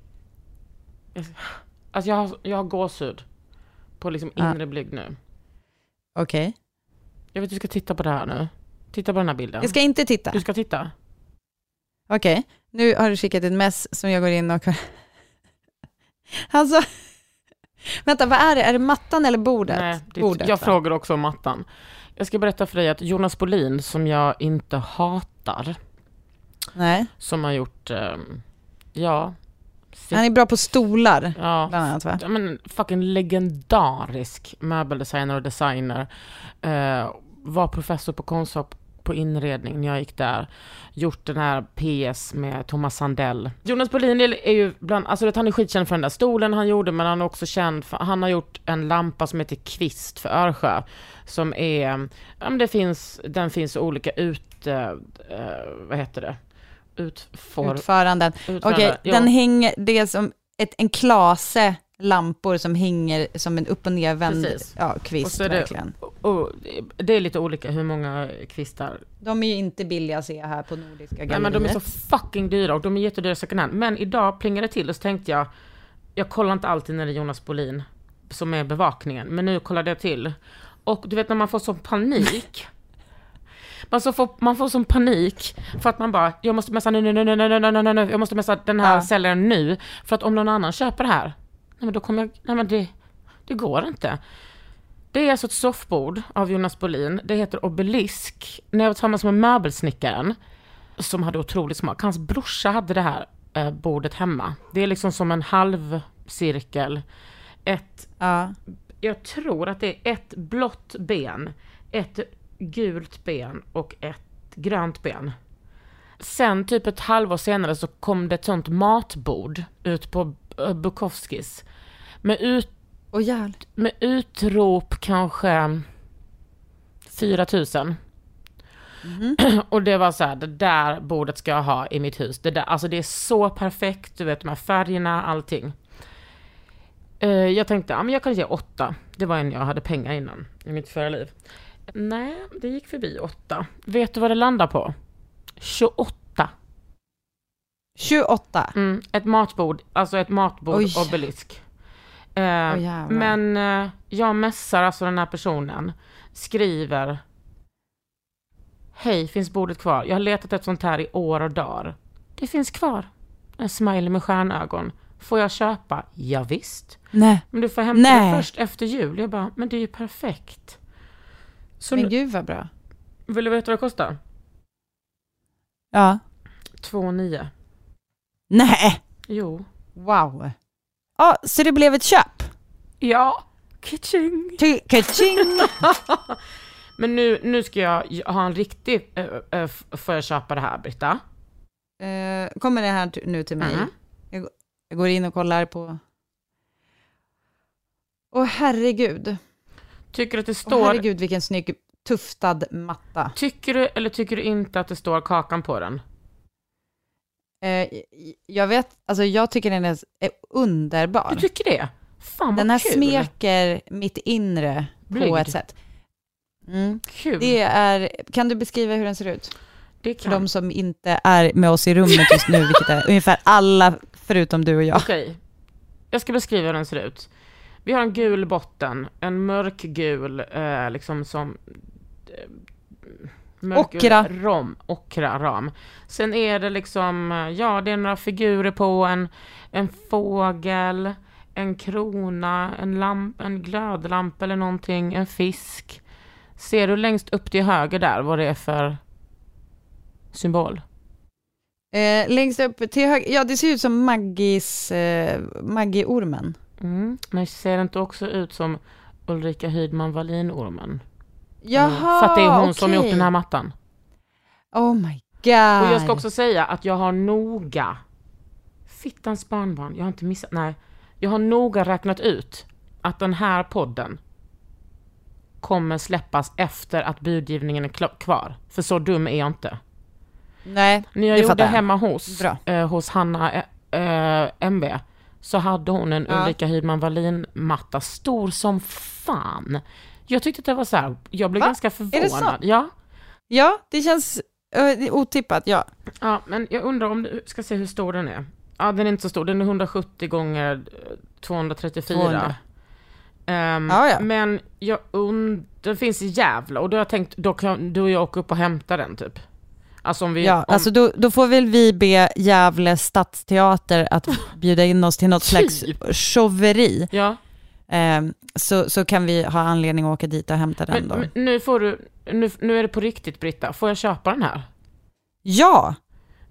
Alltså jag har gåshud på liksom inre blygd nu. Okej. Jag vet att du ska titta på det här nu. Titta på den här bilden. Jag ska inte titta. Du ska titta. Okej. Nu har du skickat ett mess som jag går in och... Alltså... Vänta, vad är det? Är det mattan eller bordet? Nej, bordet, jag frågar också om mattan. Jag ska berätta för dig att Jonas Bolin, som jag inte hatar, nej, som har gjort Han är bra på stolar, ja, bland annat, va? Ja, men fucking legendarisk möbeldesigner och designer. Var professor på Konstfack på inredning när jag gick där. Gjort den här PS med Thomas Sandell. Jonas Bolin är ju alltså han är skitkänd för den där stolen han gjorde, men han är också känd för, han har gjort en lampa som heter Kvist för Örsjö, som är, den finns olika utföranden. Okej, den hänger, det är som en klase lampor som hänger som en upp- och nervänd kvist. Och så är verkligen. Det är lite olika hur många kvistar. De är ju inte billiga att se här på Nordiska galleriet. Nej, men de är så fucking dyra och de är jättedyra second hand. Men idag plingade det till och så tänkte jag kollar inte alltid när det är Jonas Bolin som är bevakningen. Men nu kollade jag till. Och du vet när man får sån panik. Man får sån panik för att man bara, jag måste mässa nu, jag måste mässa den här säljaren nu. För att om någon annan köper det här, men då kommer det går inte. Det är alltså ett soffbord av Jonas Bolin. Det heter Obelisk. När jag var tillsammans med möbelsnickaren som hade otroligt smak. Hans brorsa hade det här bordet hemma. Det är liksom som en halvcirkel. Jag tror att det är ett blått ben, ett gult ben och ett grönt ben. Sen typ ett halvår senare så kom det ett sånt matbord ut på Bukowskis med utrop kanske 4 000. Och det var så här, det där bordet ska jag ha i mitt hus. Det där, alltså det är så perfekt, du vet de här färgerna, allting. Jag tänkte, men jag kan ge 8. Det var en jag hade pengar innan i mitt förra liv. Nej, det gick förbi 8. Vet du vad det landar på? 28. 28? Ett matbord, alltså ett matbord Obelisk. Men jag mässar alltså den här personen, skriver: hej, finns bordet kvar? Jag har letat ett sånt här i år och dagar. Det finns kvar. En smiley med stjärnögon. Får jag köpa? Ja, visst. Nej. Men du får hämta det först efter jul. Jag bara, men det är ju perfekt. Så men gud vad bra. Vill du veta vad det kostar? Ja. 2,9. Nej. Jo. Wow. Ja, så det blev ett köp? Ja. Ka-ching. Ka-ching. Men nu ska jag ha en riktig... får jag köpa det här, Britta? Kommer det här nu till mig? Jag går in och kollar på... Åh, herregud. Tycker att det står... herregud, vilken snygg tuftad matta. Tycker du eller tycker du inte att det står Kakan på den? Jag tycker den är underbar. Du tycker det? Fan vad den här kul. smeker mitt inre på ett sätt. Kul. Det är, kan du beskriva hur den ser ut? Det kan. För de som inte är med oss i rummet just nu, vilket är ungefär alla förutom du och jag. Okej. Jag ska beskriva hur den ser ut. Vi har en gul botten, en mörkgul, liksom som... Ockra ram. Sen är det liksom, det är några figurer på en fågel, en krona, en glödlamp eller någonting, en fisk. Ser du längst upp till höger där vad det är för symbol? Längst upp till höger, det ser ut som Maggie-ormen. Men ser det inte också ut som Ulrika Hydman Wallin-ormen? Jaha, för att det är hon som gjort den här mattan. Oh my god. Och jag ska också säga att jag har noga... Fittans barnbarn, jag har inte missat... Nej, jag har noga räknat ut att den här podden kommer släppas efter att budgivningen är kvar. För så dum är jag inte. Nej, när jag gjorde hemma hos Hanna MB, så hade hon en Ulrika Hydman Wallin-matta stor som fan. Jag tyckte att det var så här, jag blev ganska förvånad. Är det så? Ja, det känns otippat, ja. Ja, men jag undrar om du ska se hur stor den är. Ja, den är inte så stor. Den är 170 gånger 234. Men den finns i Gävle och då har jag tänkt, då kan du och jag åka upp och hämta den typ. Alltså alltså då får väl vi be Gävle stadsteater att bjuda in oss till något slags showeri. Ja. Så kan vi ha anledning att åka dit och hämta den då. Men nu är det på riktigt, Britta. Får jag köpa den här? Ja!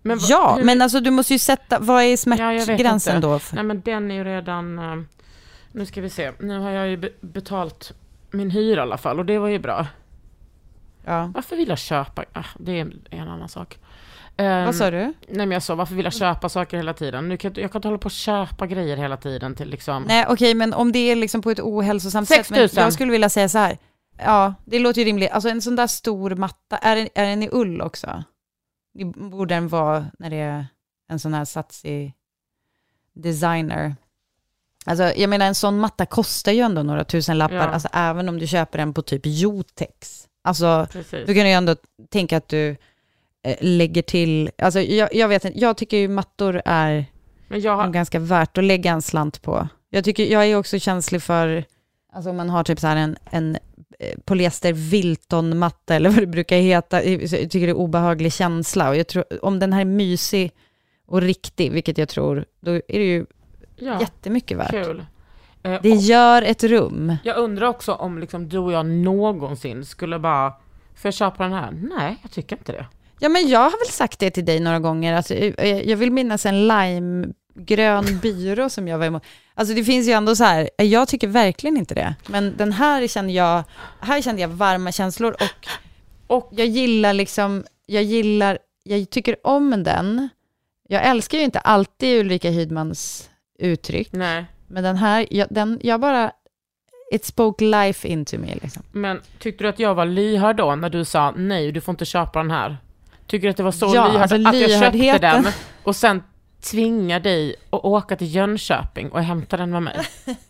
Men alltså du måste ju sätta, vad är smärtgränsen då? Nej, men den är ju redan, nu ska vi se, nu har jag ju betalt min hyra i alla fall och det var ju bra. Ja. Varför vill jag köpa? Det är en annan sak. Vad sa du? Nej, men jag sa, varför vill jag köpa saker hela tiden? Jag kan inte hålla på att köpa grejer hela tiden till liksom... Nej, okej, men om det är liksom på ett ohälsosamt sätt. Men jag skulle vilja säga så här. Ja, det låter ju rimligt. Alltså en sån där stor matta, är den i ull också? Det borde den vara när det är en sån här satsig designer. Alltså jag menar, en sån matta kostar ju ändå några tusen lappar. Ja. Alltså även om du köper den på typ Jotex. Alltså du kan ju ändå tänka att du lägger till, alltså jag vet inte, jag tycker ju mattor är ganska värt att lägga en slant på. Jag är också känslig för, alltså om man har typ så här en polyester Wilton-matta eller vad det brukar heta, jag tycker det är obehaglig känsla, och jag tror, om den här är mysig och riktig, vilket jag tror, då är det ju jättemycket värt. Kul. Det gör ett rum. Jag undrar också om liksom du och jag någonsin skulle bara, får jag köpa den här? Nej, jag tycker inte det. Ja, men jag har väl sagt det till dig några gånger. Alltså, jag vill minnas en limegrön byrå som jag var emot. Alltså det finns ju ändå så här, jag tycker verkligen inte det. Men den här kände jag varma känslor och jag gillar liksom, jag tycker om den. Jag älskar ju inte alltid Ulrika Hydmans uttryck. Nej. Men den här, jag bara, it spoke life into me liksom. Men tyckte du att jag var lyhörd då när du sa nej, du får inte köpa den här? Tycker du att det var så lyhörd att jag köpte den och sen tvinga dig att åka till Jönköping och hämta den med mig?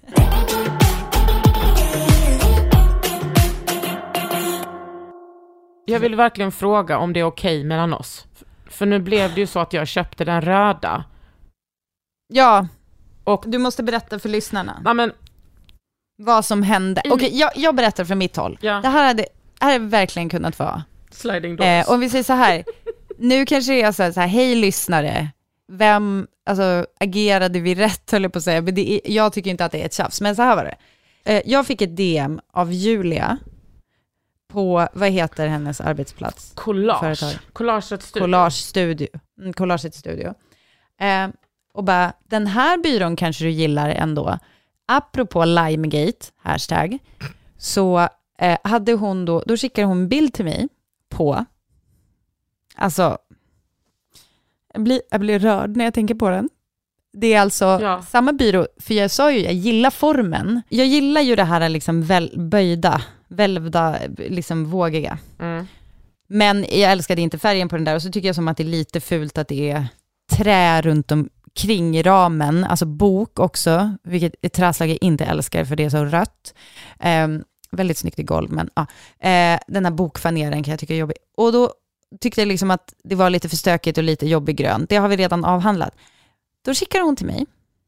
Jag vill verkligen fråga om det är okej mellan oss. För nu blev det ju så att jag köpte den röda. Ja, och du måste berätta för lyssnarna. Ja, men vad som hände. Okej, jag berättar från mitt håll. Ja. Det här hade verkligen kunnat vara sliding doors. Om vi säger så här, nu kanske det är så här, hej lyssnare, agerade vi rätt, höll jag på att säga, men jag tycker inte att det är ett tjafs, men så här var det. Jag fick ett DM av Julia på, vad heter hennes arbetsplats? Collage Studio. Och bara, den här byrån kanske du gillar ändå. Apropå Limegate, hashtag, så hade hon då skickade hon en bild till mig på, alltså jag blir rörd när jag tänker på den. Det är alltså samma byrå, för jag sa ju, jag gillar formen. Jag gillar ju det här liksom välvda, liksom vågiga. Mm. Men jag älskade inte färgen på den där, och så tycker jag som att det är lite fult att det är trä runt omkring ramen, alltså bok också, vilket ett träslag jag inte älskar för det är så rött. Väldigt snyggt i golv, men den här bokfaneren kan jag tycka är jobbig. Och då tyckte jag liksom att det var lite för stökigt och lite jobbig grön. Det har vi redan avhandlat. Då skickar hon till mig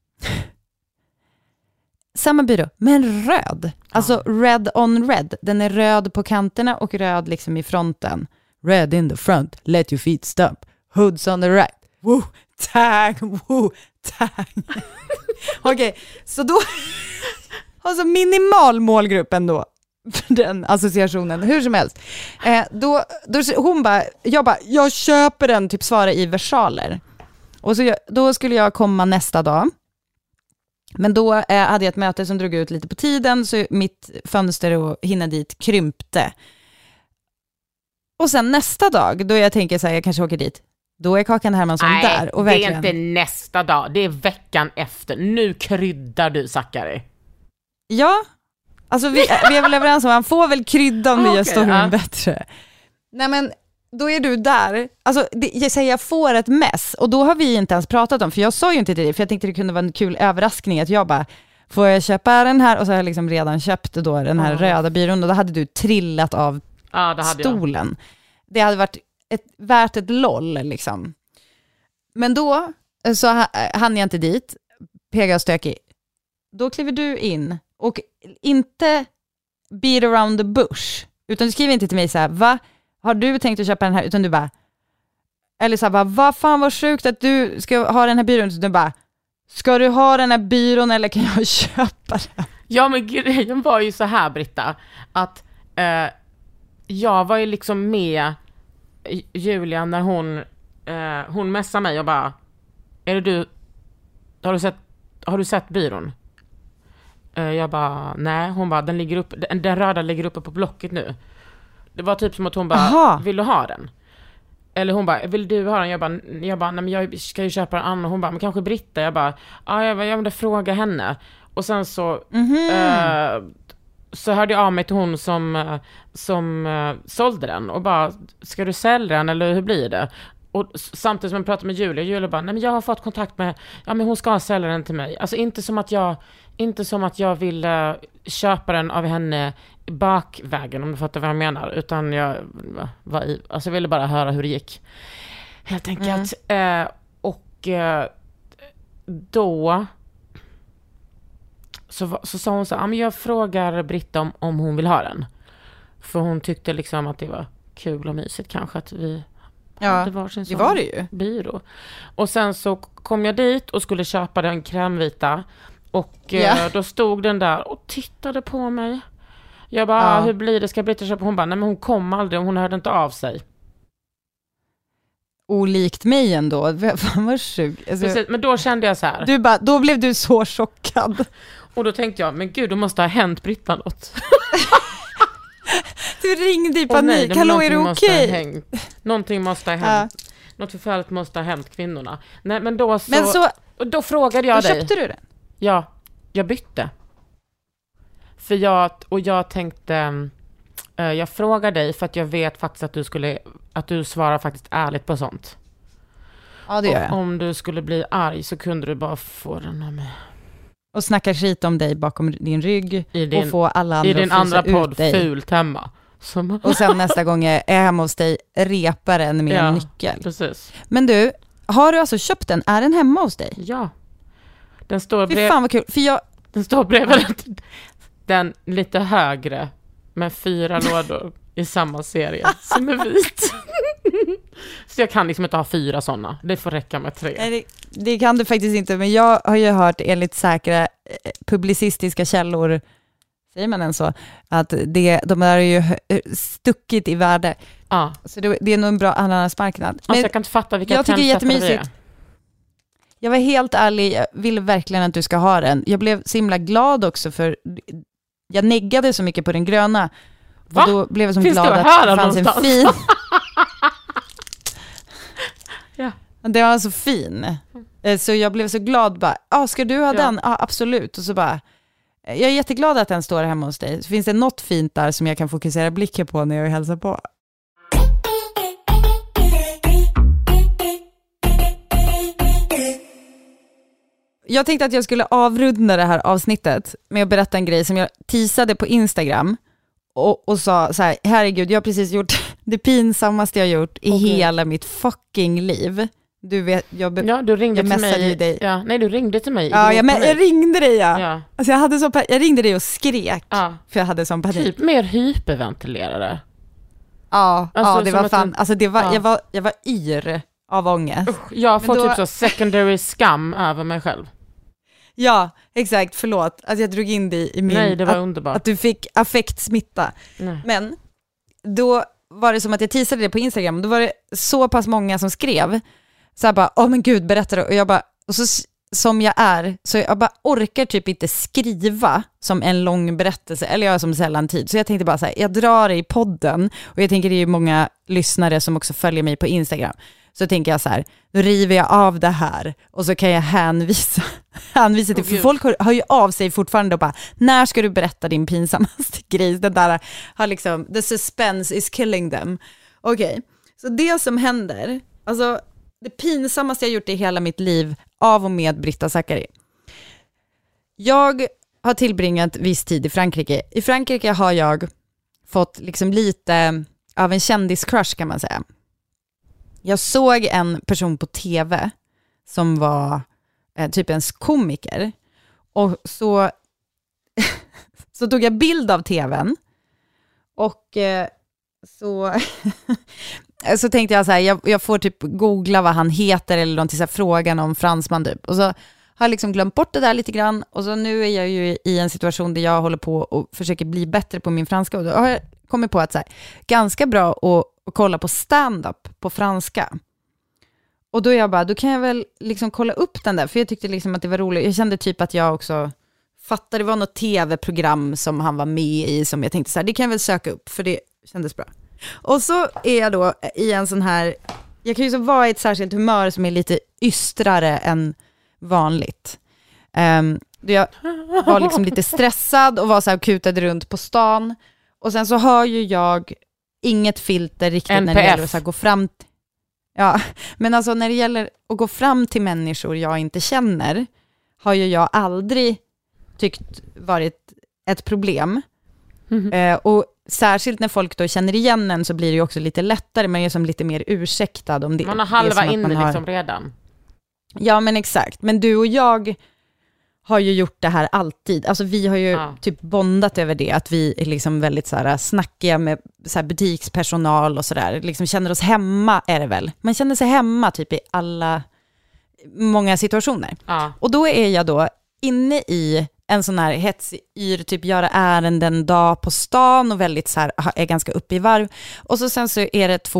samma byrå, men röd. Alltså red on red. Den är röd på kanterna och röd liksom i fronten. Red in the front, let your feet stump. Hoods on the right. Woo, tag, woo, tag. Okej, så då alltså minimal målgruppen då. Den associationen, hur som helst. Då hon bara, jag köper den, typ svara i versaler. Och så då skulle jag komma nästa dag. Men då hade jag ett möte som drog ut lite på tiden, så mitt fönster och hinna dit krympte. Och sen nästa dag, då jag tänker så här, jag kanske åker dit. Då är Kakan Hermansson där. Och verkligen, det är inte nästa dag, det är veckan efter. Nu kryddar du, Sakari. Ja, alltså vi är väl överens om, man får väl krydda om vi gör storyn bättre. Nej, men då är du där. Alltså jag får ett mess, och då har vi inte ens pratat om, för jag sa ju inte till dig, för jag tänkte det kunde vara en kul överraskning att jag bara, får jag köpa den här? Och så har jag liksom redan köpt då den här röda byrån, och då hade du trillat av stolen. Det hade varit värt ett LOL liksom. Men då så hann jag inte dit, pega och stökig. Då kliver du in och inte beat around the bush, utan du skriver inte till mig så här, va? Har du tänkt att köpa den här? Utan du bara, eller så här, vad fan var sjukt att du ska ha den här byrån. Så du bara, ska du ha den här byrån eller kan jag köpa den? Ja, men grejen var ju så här, Britta, att jag var ju liksom med Julia när hon hon messar mig och bara, är det du? Har du sett byrån? Jag bara, nej. Hon bara, den röda ligger uppe på blocket nu. Det var typ som att hon bara, vill du ha den? Eller hon bara, vill du ha den? Jag bara, nej men jag ska ju köpa en annan. Och hon bara, men kanske Britta. Jag bara, jag vill fråga henne. Och sen så så hörde jag av mig till hon som sålde den. Och bara, ska du sälja den eller hur blir det? Och samtidigt som jag pratade med Julia bara, nej men jag har fått kontakt med, men hon ska sälja den till mig. Alltså inte som att jag vill köpa den av henne bakvägen, om du fattar vad jag menar, utan jag ville bara höra hur det gick. Helt enkelt. Då så sa hon så, men jag frågar Britta om hon vill ha den. För hon tyckte liksom att det var kul och mysigt kanske att vi hade varsin sån, det var det ju, byrå. Och sen så kom jag dit och skulle köpa den krämvita. Och då stod den där och tittade på mig. Jag bara, hur blir det? Ska Britta köpa? Hon bara, nej men hon kom aldrig. Hon hörde inte av sig. Olikt mig ändå. Fan vad sjukt. Alltså, precis, men då kände jag så här. Då blev du så chockad. Och då tänkte jag, men gud, då måste ha hänt Britta något. Du ringde i panik. Hallå, är det okej? Någonting måste ha hänt. Något förfärligt måste ha hänt kvinnorna. Nej, men då då frågade jag dig. Köpte du den? Ja, jag bytte. För jag tänkte, jag frågade dig för att jag vet faktiskt att du svarar faktiskt ärligt på sånt. Ja, det gör jag. Om du skulle bli arg så kunde du bara få den av mig. Och snacka skit om dig bakom din rygg och få alla andra i din andra podd fult hemma. Och sen nästa gång jag är hemma hos dig, repar den med en nyckel. Precis. Men du, har du alltså köpt den? Är den hemma hos dig? Ja. Den står fan vad kul. Den står bredvid den lite högre med 4 lådor i samma serie som är vit. Så jag kan liksom inte ha 4 sådana. Det får räcka med 3. Nej, det kan du faktiskt inte. Men jag har ju hört enligt säkra publicistiska källor, säger man än så, att de är ju stuckit i värde. Ja. Så det är nog en bra ananasmarknad. Alltså jag kan inte fatta vilka trendsättare det är. Jag var helt ärlig, jag ville verkligen att du ska ha den. Jag blev så himla glad också för jag neggade så mycket på den gröna. Va? Och då blev jag så glad att det fanns någonstans? En fin. Ja. Det var så fin. Så jag blev så glad bara, ska du ha den? Ja, absolut. Och så bara, jag är jätteglad att den står hemma hos dig. Så finns det något fint där som jag kan fokusera blicken på när jag hälsar på? Jag tänkte att jag skulle avrunda det här avsnittet med att berätta en grej som jag teasade på Instagram och sa så här, herregud, jag har precis gjort det pinsammaste jag gjort i hela mitt fucking liv. Du vet, du ringde till mig. Dig. Ja, nej, du ringde till mig. Ja, jag ringde dig, ja. Alltså jag ringde dig och skrek för jag hade sån panik. Typ mer hyperventilerare. Ja, alltså, det var fan, alltså jag var yr av ångest. Jag får typ så secondary skam över mig själv. Ja, exakt, förlåt att jag drog in dig i min... Nej, det var underbart. Att du fick affektsmitta. Nej. Men då var det som att jag teasade det på Instagram. Då var det så pass många som skrev. Så jag bara, men gud, berätta det. Och jag bara, och så som jag är, så jag bara orkar typ inte skriva som en lång berättelse. Eller jag har som sällan tid. Så jag tänkte bara så här, jag drar det i podden. Och jag tänker det är ju många lyssnare som också följer mig på Instagram. Så tänker jag så här, då river jag av det här och så kan jag hänvisa till, för folk har ju av sig fortfarande och bara, när ska du berätta din pinsammaste grej? Den där har liksom, the suspense is killing them. Okej, så det som händer, alltså det pinsammaste jag gjort i hela mitt liv av och med Britta Zackari. Jag har tillbringat viss tid i Frankrike. I Frankrike har jag fått liksom lite av en kändiscrush kan man säga. Jag såg en person på tv som var typ en komiker. Och så tog jag bild av tvn. Och så tänkte jag så här, jag får typ googla vad han heter eller någonting, så här, frågan om fransman typ. Och så har jag liksom glömt bort det där lite grann. Och så nu är jag ju i en situation där jag håller på och försöker bli bättre på min franska. Och då har jag kommit på att så här, ganska bra att kolla på stand-up på franska. Och då jag bara, då kan jag väl liksom kolla upp den där. För jag tyckte liksom att det var roligt. Jag kände typ att jag också fattade, det var något tv-program som han var med i, som jag tänkte så här, det kan jag väl söka upp, för det kändes bra. Och så är jag då i en sån här, jag kan ju så vara i ett särskilt humör som är lite ystrare än vanligt. Då jag var liksom lite stressad och var så här, kutade runt på stan. Och sen så har ju jag inget filter riktigt NPF. När det gäller att så här, gå fram. Ja, men alltså när det gäller att gå fram till människor jag inte känner, har ju jag aldrig tyckt varit ett problem. Och särskilt när folk då känner igen en, så blir det ju också lite lättare. Man är som lite mer ursäktad om det. Man har halva det inne liksom redan. Ja, men exakt. Men du och jag har ju gjort det här alltid. Alltså vi har ju typ bondat över det. Att vi är liksom väldigt så här snackiga med så här butikspersonal och sådär. Liksom känner oss hemma, är det väl. Man känner sig hemma typ i många situationer. Och då är jag då inne i en sån här hetsyr, typ göra ärenden dag på stan och väldigt så här, är ganska uppe i varv. Och så sen så är det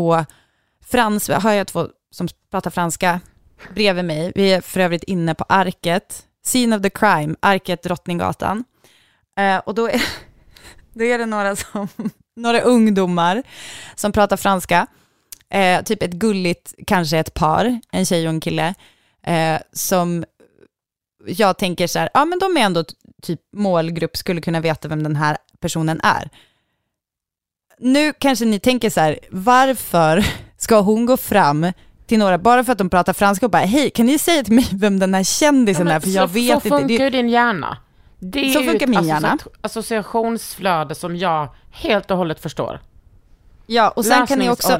har jag två som pratar franska bredvid mig. Vi är för övrigt inne på Arket. Scene of the crime, Arket, Drottninggatan. Och då är det några ungdomar som pratar franska. Typ ett gulligt, kanske ett par, en tjej och en kille. Som jag tänker så här, ja men de är ändå typ målgrupp, skulle kunna veta vem den här personen är. Nu kanske ni tänker så här, varför ska hon gå fram till några, bara för att de pratar franska och bara, hej, kan ni säga till mig vem den här kändisen är? För jag vet inte. Så funkar ju din hjärna. Det är så funkar min hjärna. Associationsflöde som jag helt och hållet förstår. Ja, och sen kan ni också,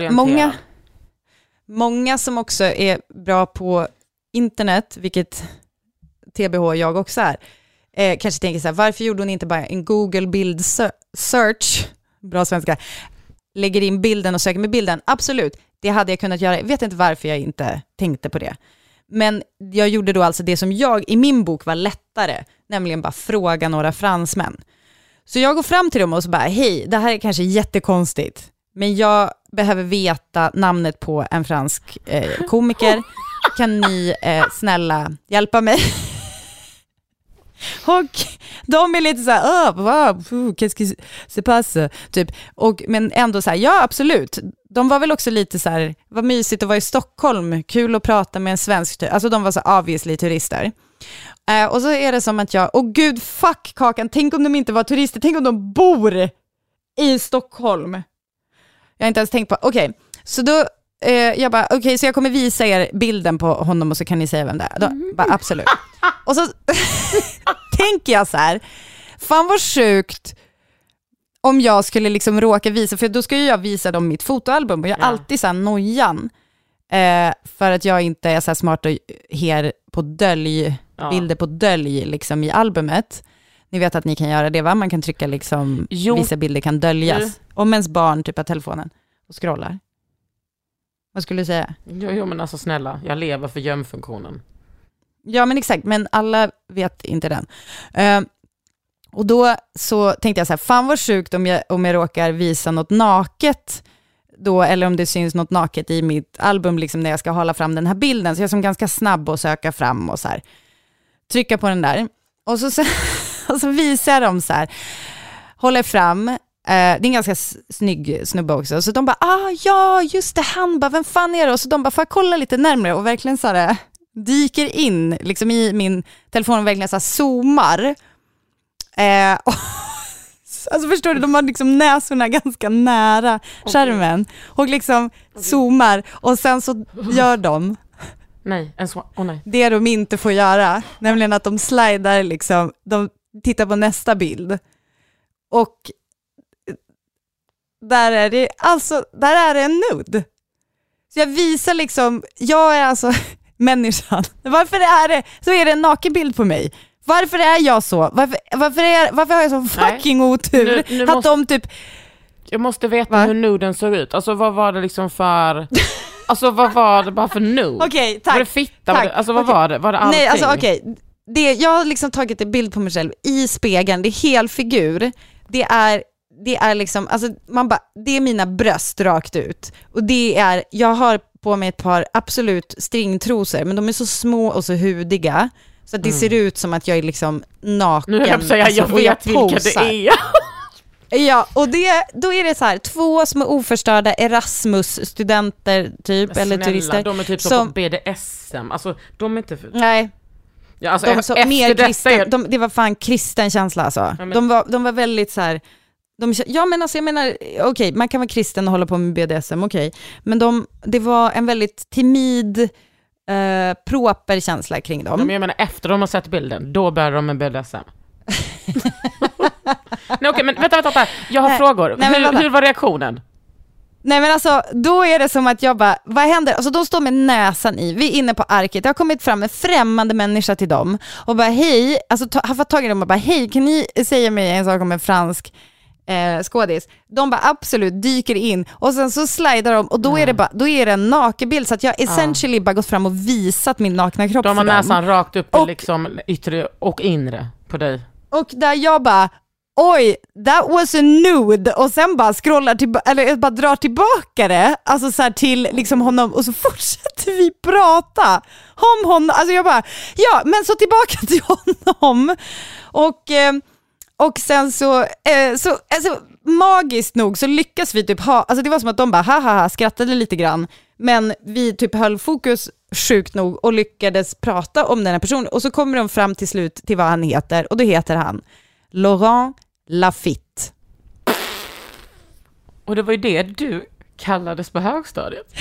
många som också är bra på internet, vilket TBH jag också är, kanske tänker så här, varför gjorde hon inte bara en Google bild search, bra svenska, lägger in bilden och söker med bilden? Absolut, det hade jag kunnat göra. Jag vet inte varför jag inte tänkte på det. Men jag gjorde då alltså det som jag i min bok var lättare, nämligen bara fråga några fransmän. Så jag går fram till dem och så bara, hej, det här är kanske jättekonstigt, men jag behöver veta namnet på en fransk komiker. Kan ni snälla hjälpa mig? Och de är lite så här, qu'est-ce qui se passe? Typ. Men ändå så här, ja absolut. De var väl också lite så här, vad mysigt att vara i Stockholm, kul att prata med en svensk. Alltså de var så obviously turister. Och så är det som att gud, fuck Kakan, tänk om de inte var turister, tänk om de bor i Stockholm. Jag har inte ens tänkt på, okej. Så då, jag bara, okej, så jag kommer visa er bilden på honom och så kan ni säga vem det är. Då, bara, absolut. Och så tänker jag så här, fan vad sjukt om jag skulle liksom råka visa, för då ska ju jag visa dem mitt fotoalbum och jag är alltid så här nojan för att jag inte är så här smart och her på dölj, bilder på dölj liksom i albumet. Ni vet att ni kan göra det, va? Man kan trycka liksom, vissa bilder kan döljas. Om ens barn typ av telefonen och scrollar. Vad skulle du säga? Jo, men alltså snälla, jag lever för gömfunktionen. Ja, men exakt, men alla vet inte den. Och då så tänkte jag så här, fan vad sjukt om jag råkar visa något naket då, eller om det syns något naket i mitt album liksom, när jag ska hålla fram den här bilden. Så jag är som ganska snabb att söka fram och så här, trycka på den där. Och så visar jag dem så här, håller fram. Det är en ganska snygg snubbe också. Så de bara, ja, just det, han bara, vem fan är det? Och så de bara, får jag kolla lite närmare? Och verkligen så här, dyker in liksom i min telefon och verkligen så här zoomar. Alltså förstår du, de har liksom näsorna ganska nära skärmen och liksom zoomar och sen så gör de det de inte får göra, nämligen att de slidar liksom, de tittar på nästa bild och där är det en nude. Så jag visar liksom, jag är alltså människan. Varför är det en nakenbild på mig? Varför är jag så? Varför har jag så fucking otur? Att de typ... Jag måste veta hur nuden såg ut. Alltså vad var det liksom för... Alltså vad var det bara för nude? Okej, tack. Var det fitta? Tack. Alltså vad var det? Var det allting? Nej, alltså okej. Jag har liksom tagit en bild på mig själv i spegeln. Det är helfigur. Det är liksom, alltså man bara, det är mina bröst rakt ut. Och det är, jag har på mig ett par absolut stringtrosor, men de är så små och så hudiga så att det ser ut som att jag är liksom naken. Nu jag säga, jag vet vilka det är. Ja, och då är det så här 2 små oförstörda Erasmus-studenter typ, eller turister. De är typ som på BDSM. Alltså, de är inte... Nej. Ja, alltså, de så, mer kristen, det var fan kristen känsla alltså. Ja, men... de var väldigt så här... Ja, men alltså jag menar, okej, man kan vara kristen och hålla på med BDSM, okej. Men det var en väldigt timid, proper känsla kring dem. Men jag menar, efter de har sett bilden, då börjar de med BDSM. Nej, okej, men vänta. Jag har frågor. Hur var reaktionen? Nej, men alltså, då är det som att jag bara, vad händer? Alltså, de står med näsan i. Vi är inne på arket. Det har kommit fram en främmande människa till dem och bara, hej, alltså har fått tag i dem och bara, hej, kan ni säga mig en sak om en fransk skådis? De bara absolut dyker in och sen så slidar de och då är det en nakenbild så att jag essentially bara gått fram och visat min nakna kropp. De har näsan rakt upp och liksom yttre och inre på dig. Och där jag bara, oj, that was a nude, och sen bara scrollar eller bara drar tillbaka det, alltså så här till liksom honom, och så fortsätter vi prata om honom. Alltså jag bara, ja, men så tillbaka till honom. Och sen så alltså, magiskt nog så lyckas vi typ alltså det var som att de bara haha skrattade lite grann, men vi typ höll fokus sjukt nog och lyckades prata om den här personen, och så kommer de fram till slut till vad han heter, och då heter han Laurent Lafitte. Och det var ju det du kallades på högstadiet.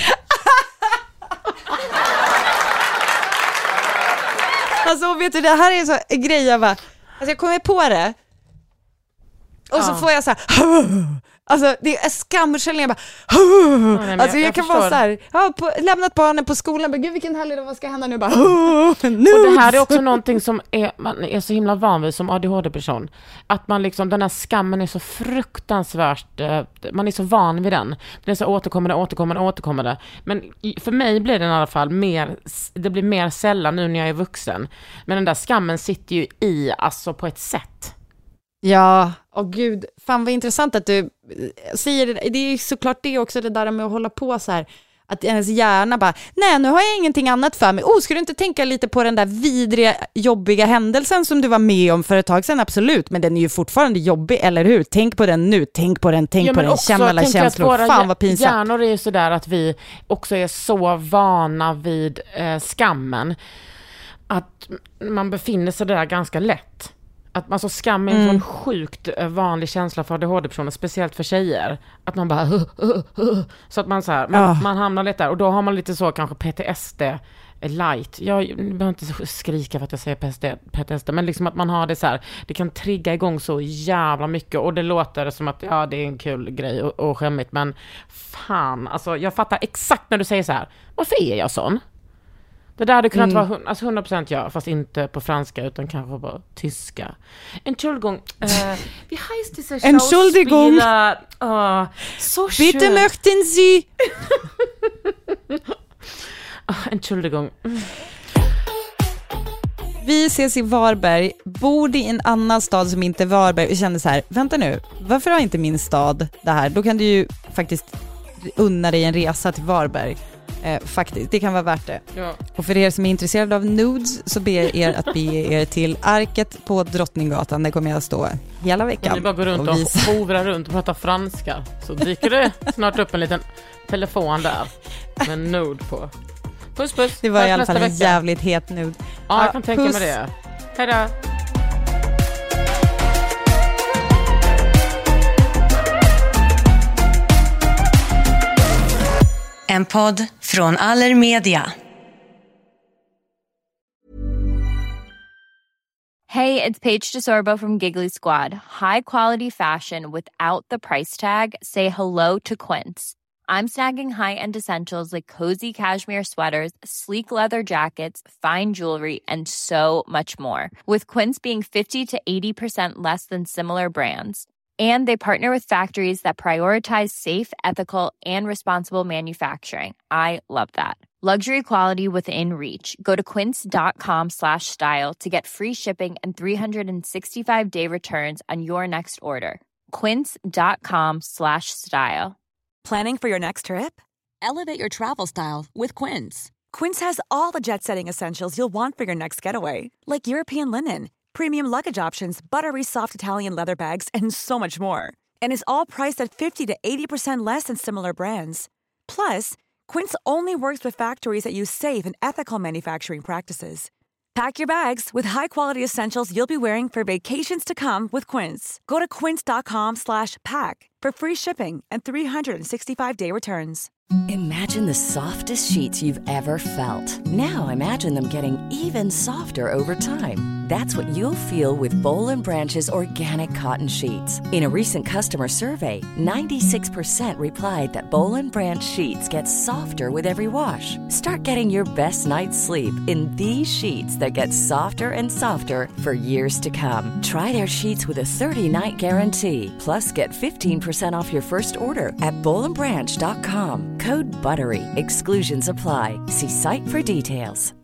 Alltså vet du, det här är så en grej jag bara, alltså jag kommer på det och så får jag så här, alltså det är skamkänning, jag bara, alltså jag kan vara så här, lämnat barnen på skolan, men gud vilken härlig dag, vad ska hända nu, bara, och det här är också någonting som man är så himla van vid som ADHD-person, att man liksom, den här skammen är så fruktansvärt, man är så van vid den är så återkommande, men för mig blir den i alla fall det blir mer sällan nu när jag är vuxen, men den där skammen sitter ju i, alltså på ett sätt. Ja, gud, fan vad intressant att du säger det. Det är såklart det också, det där med att hålla på så här, att ens hjärna bara, nej, nu har jag ingenting annat för mig. Ska du inte tänka lite på den där vidriga, jobbiga händelsen som du var med om för ett tag sedan? Absolut, men den är ju fortfarande jobbig, eller hur? Tänk på den nu, tänk på den, känn alla känslor. Fan vad pinsamt. Hjärnor är ju sådär att vi också är så vana vid skammen att man befinner sig där ganska lätt. Att alltså, skam är en sjukt vanlig känsla för ADHD-personer, speciellt för tjejer. Att man bara så att man så här, man hamnar lite där, och då har man lite så kanske PTSD light. Jag behöver inte skrika för att jag säger PTSD, men liksom att man har det så här, det kan trigga igång så jävla mycket, och det låter som att det är en kul grej och skämmigt, men fan, alltså jag fattar exakt när du säger så här, varför är jag sån? Det där hade kunnat vara 100% ja, fast inte på franska utan kanske på tyska. Entschuldigung, wie heißt dieser Schauspieler? So schön. Bitte möchten Sie? Entschuldigung. Vi ses i Varberg, bodde i en annan stad som inte är Varberg, och kände så här, vänta nu, varför har inte min stad det här? Då kan du ju faktiskt unna dig en resa till Varberg. Faktiskt, det kan vara värt det. Ja. Och för er som är intresserade av nudes så ber jag er att bege er till Arket på Drottninggatan. Där kommer jag stå hela veckan. Ni bara går runt och hovrar runt och pratar franska, så dyker det snart upp en liten telefon där med nude på. Puss. Det var i alla fall en jävligt het nude. Ja, jag kan tänka mig det. Hej då. En podd från Allermedia. Hey, it's Paige DeSorbo from Giggly Squad. High quality fashion without the price tag. Say hello to Quince. I'm snagging high-end essentials like cozy cashmere sweaters, sleek leather jackets, fine jewelry, and so much more. With Quince being 50 to 80% less than similar brands. And they partner with factories that prioritize safe, ethical, and responsible manufacturing. I love that. Luxury quality within reach. Go to quince.com/style to get free shipping and 365-day returns on your next order. Quince.com/style. Planning for your next trip? Elevate your travel style with Quince. Quince has all the jet-setting essentials you'll want for your next getaway, like European linen, premium luggage options, buttery soft Italian leather bags, and so much more. And is all priced at 50 to 80% less than similar brands. Plus, Quince only works with factories that use safe and ethical manufacturing practices. Pack your bags with high-quality essentials you'll be wearing for vacations to come with Quince. Go to quince.com/pack for free shipping and 365-day returns. Imagine the softest sheets you've ever felt. Now imagine them getting even softer over time. That's what you'll feel with Boll & Branch's organic cotton sheets. In a recent customer survey, 96% replied that Boll & Branch sheets get softer with every wash. Start getting your best night's sleep in these sheets that get softer and softer for years to come. Try their sheets with a 30-night guarantee. Plus, get 15% off your first order at bollandbranch.com. Code BUTTERY. Exclusions apply. See site for details.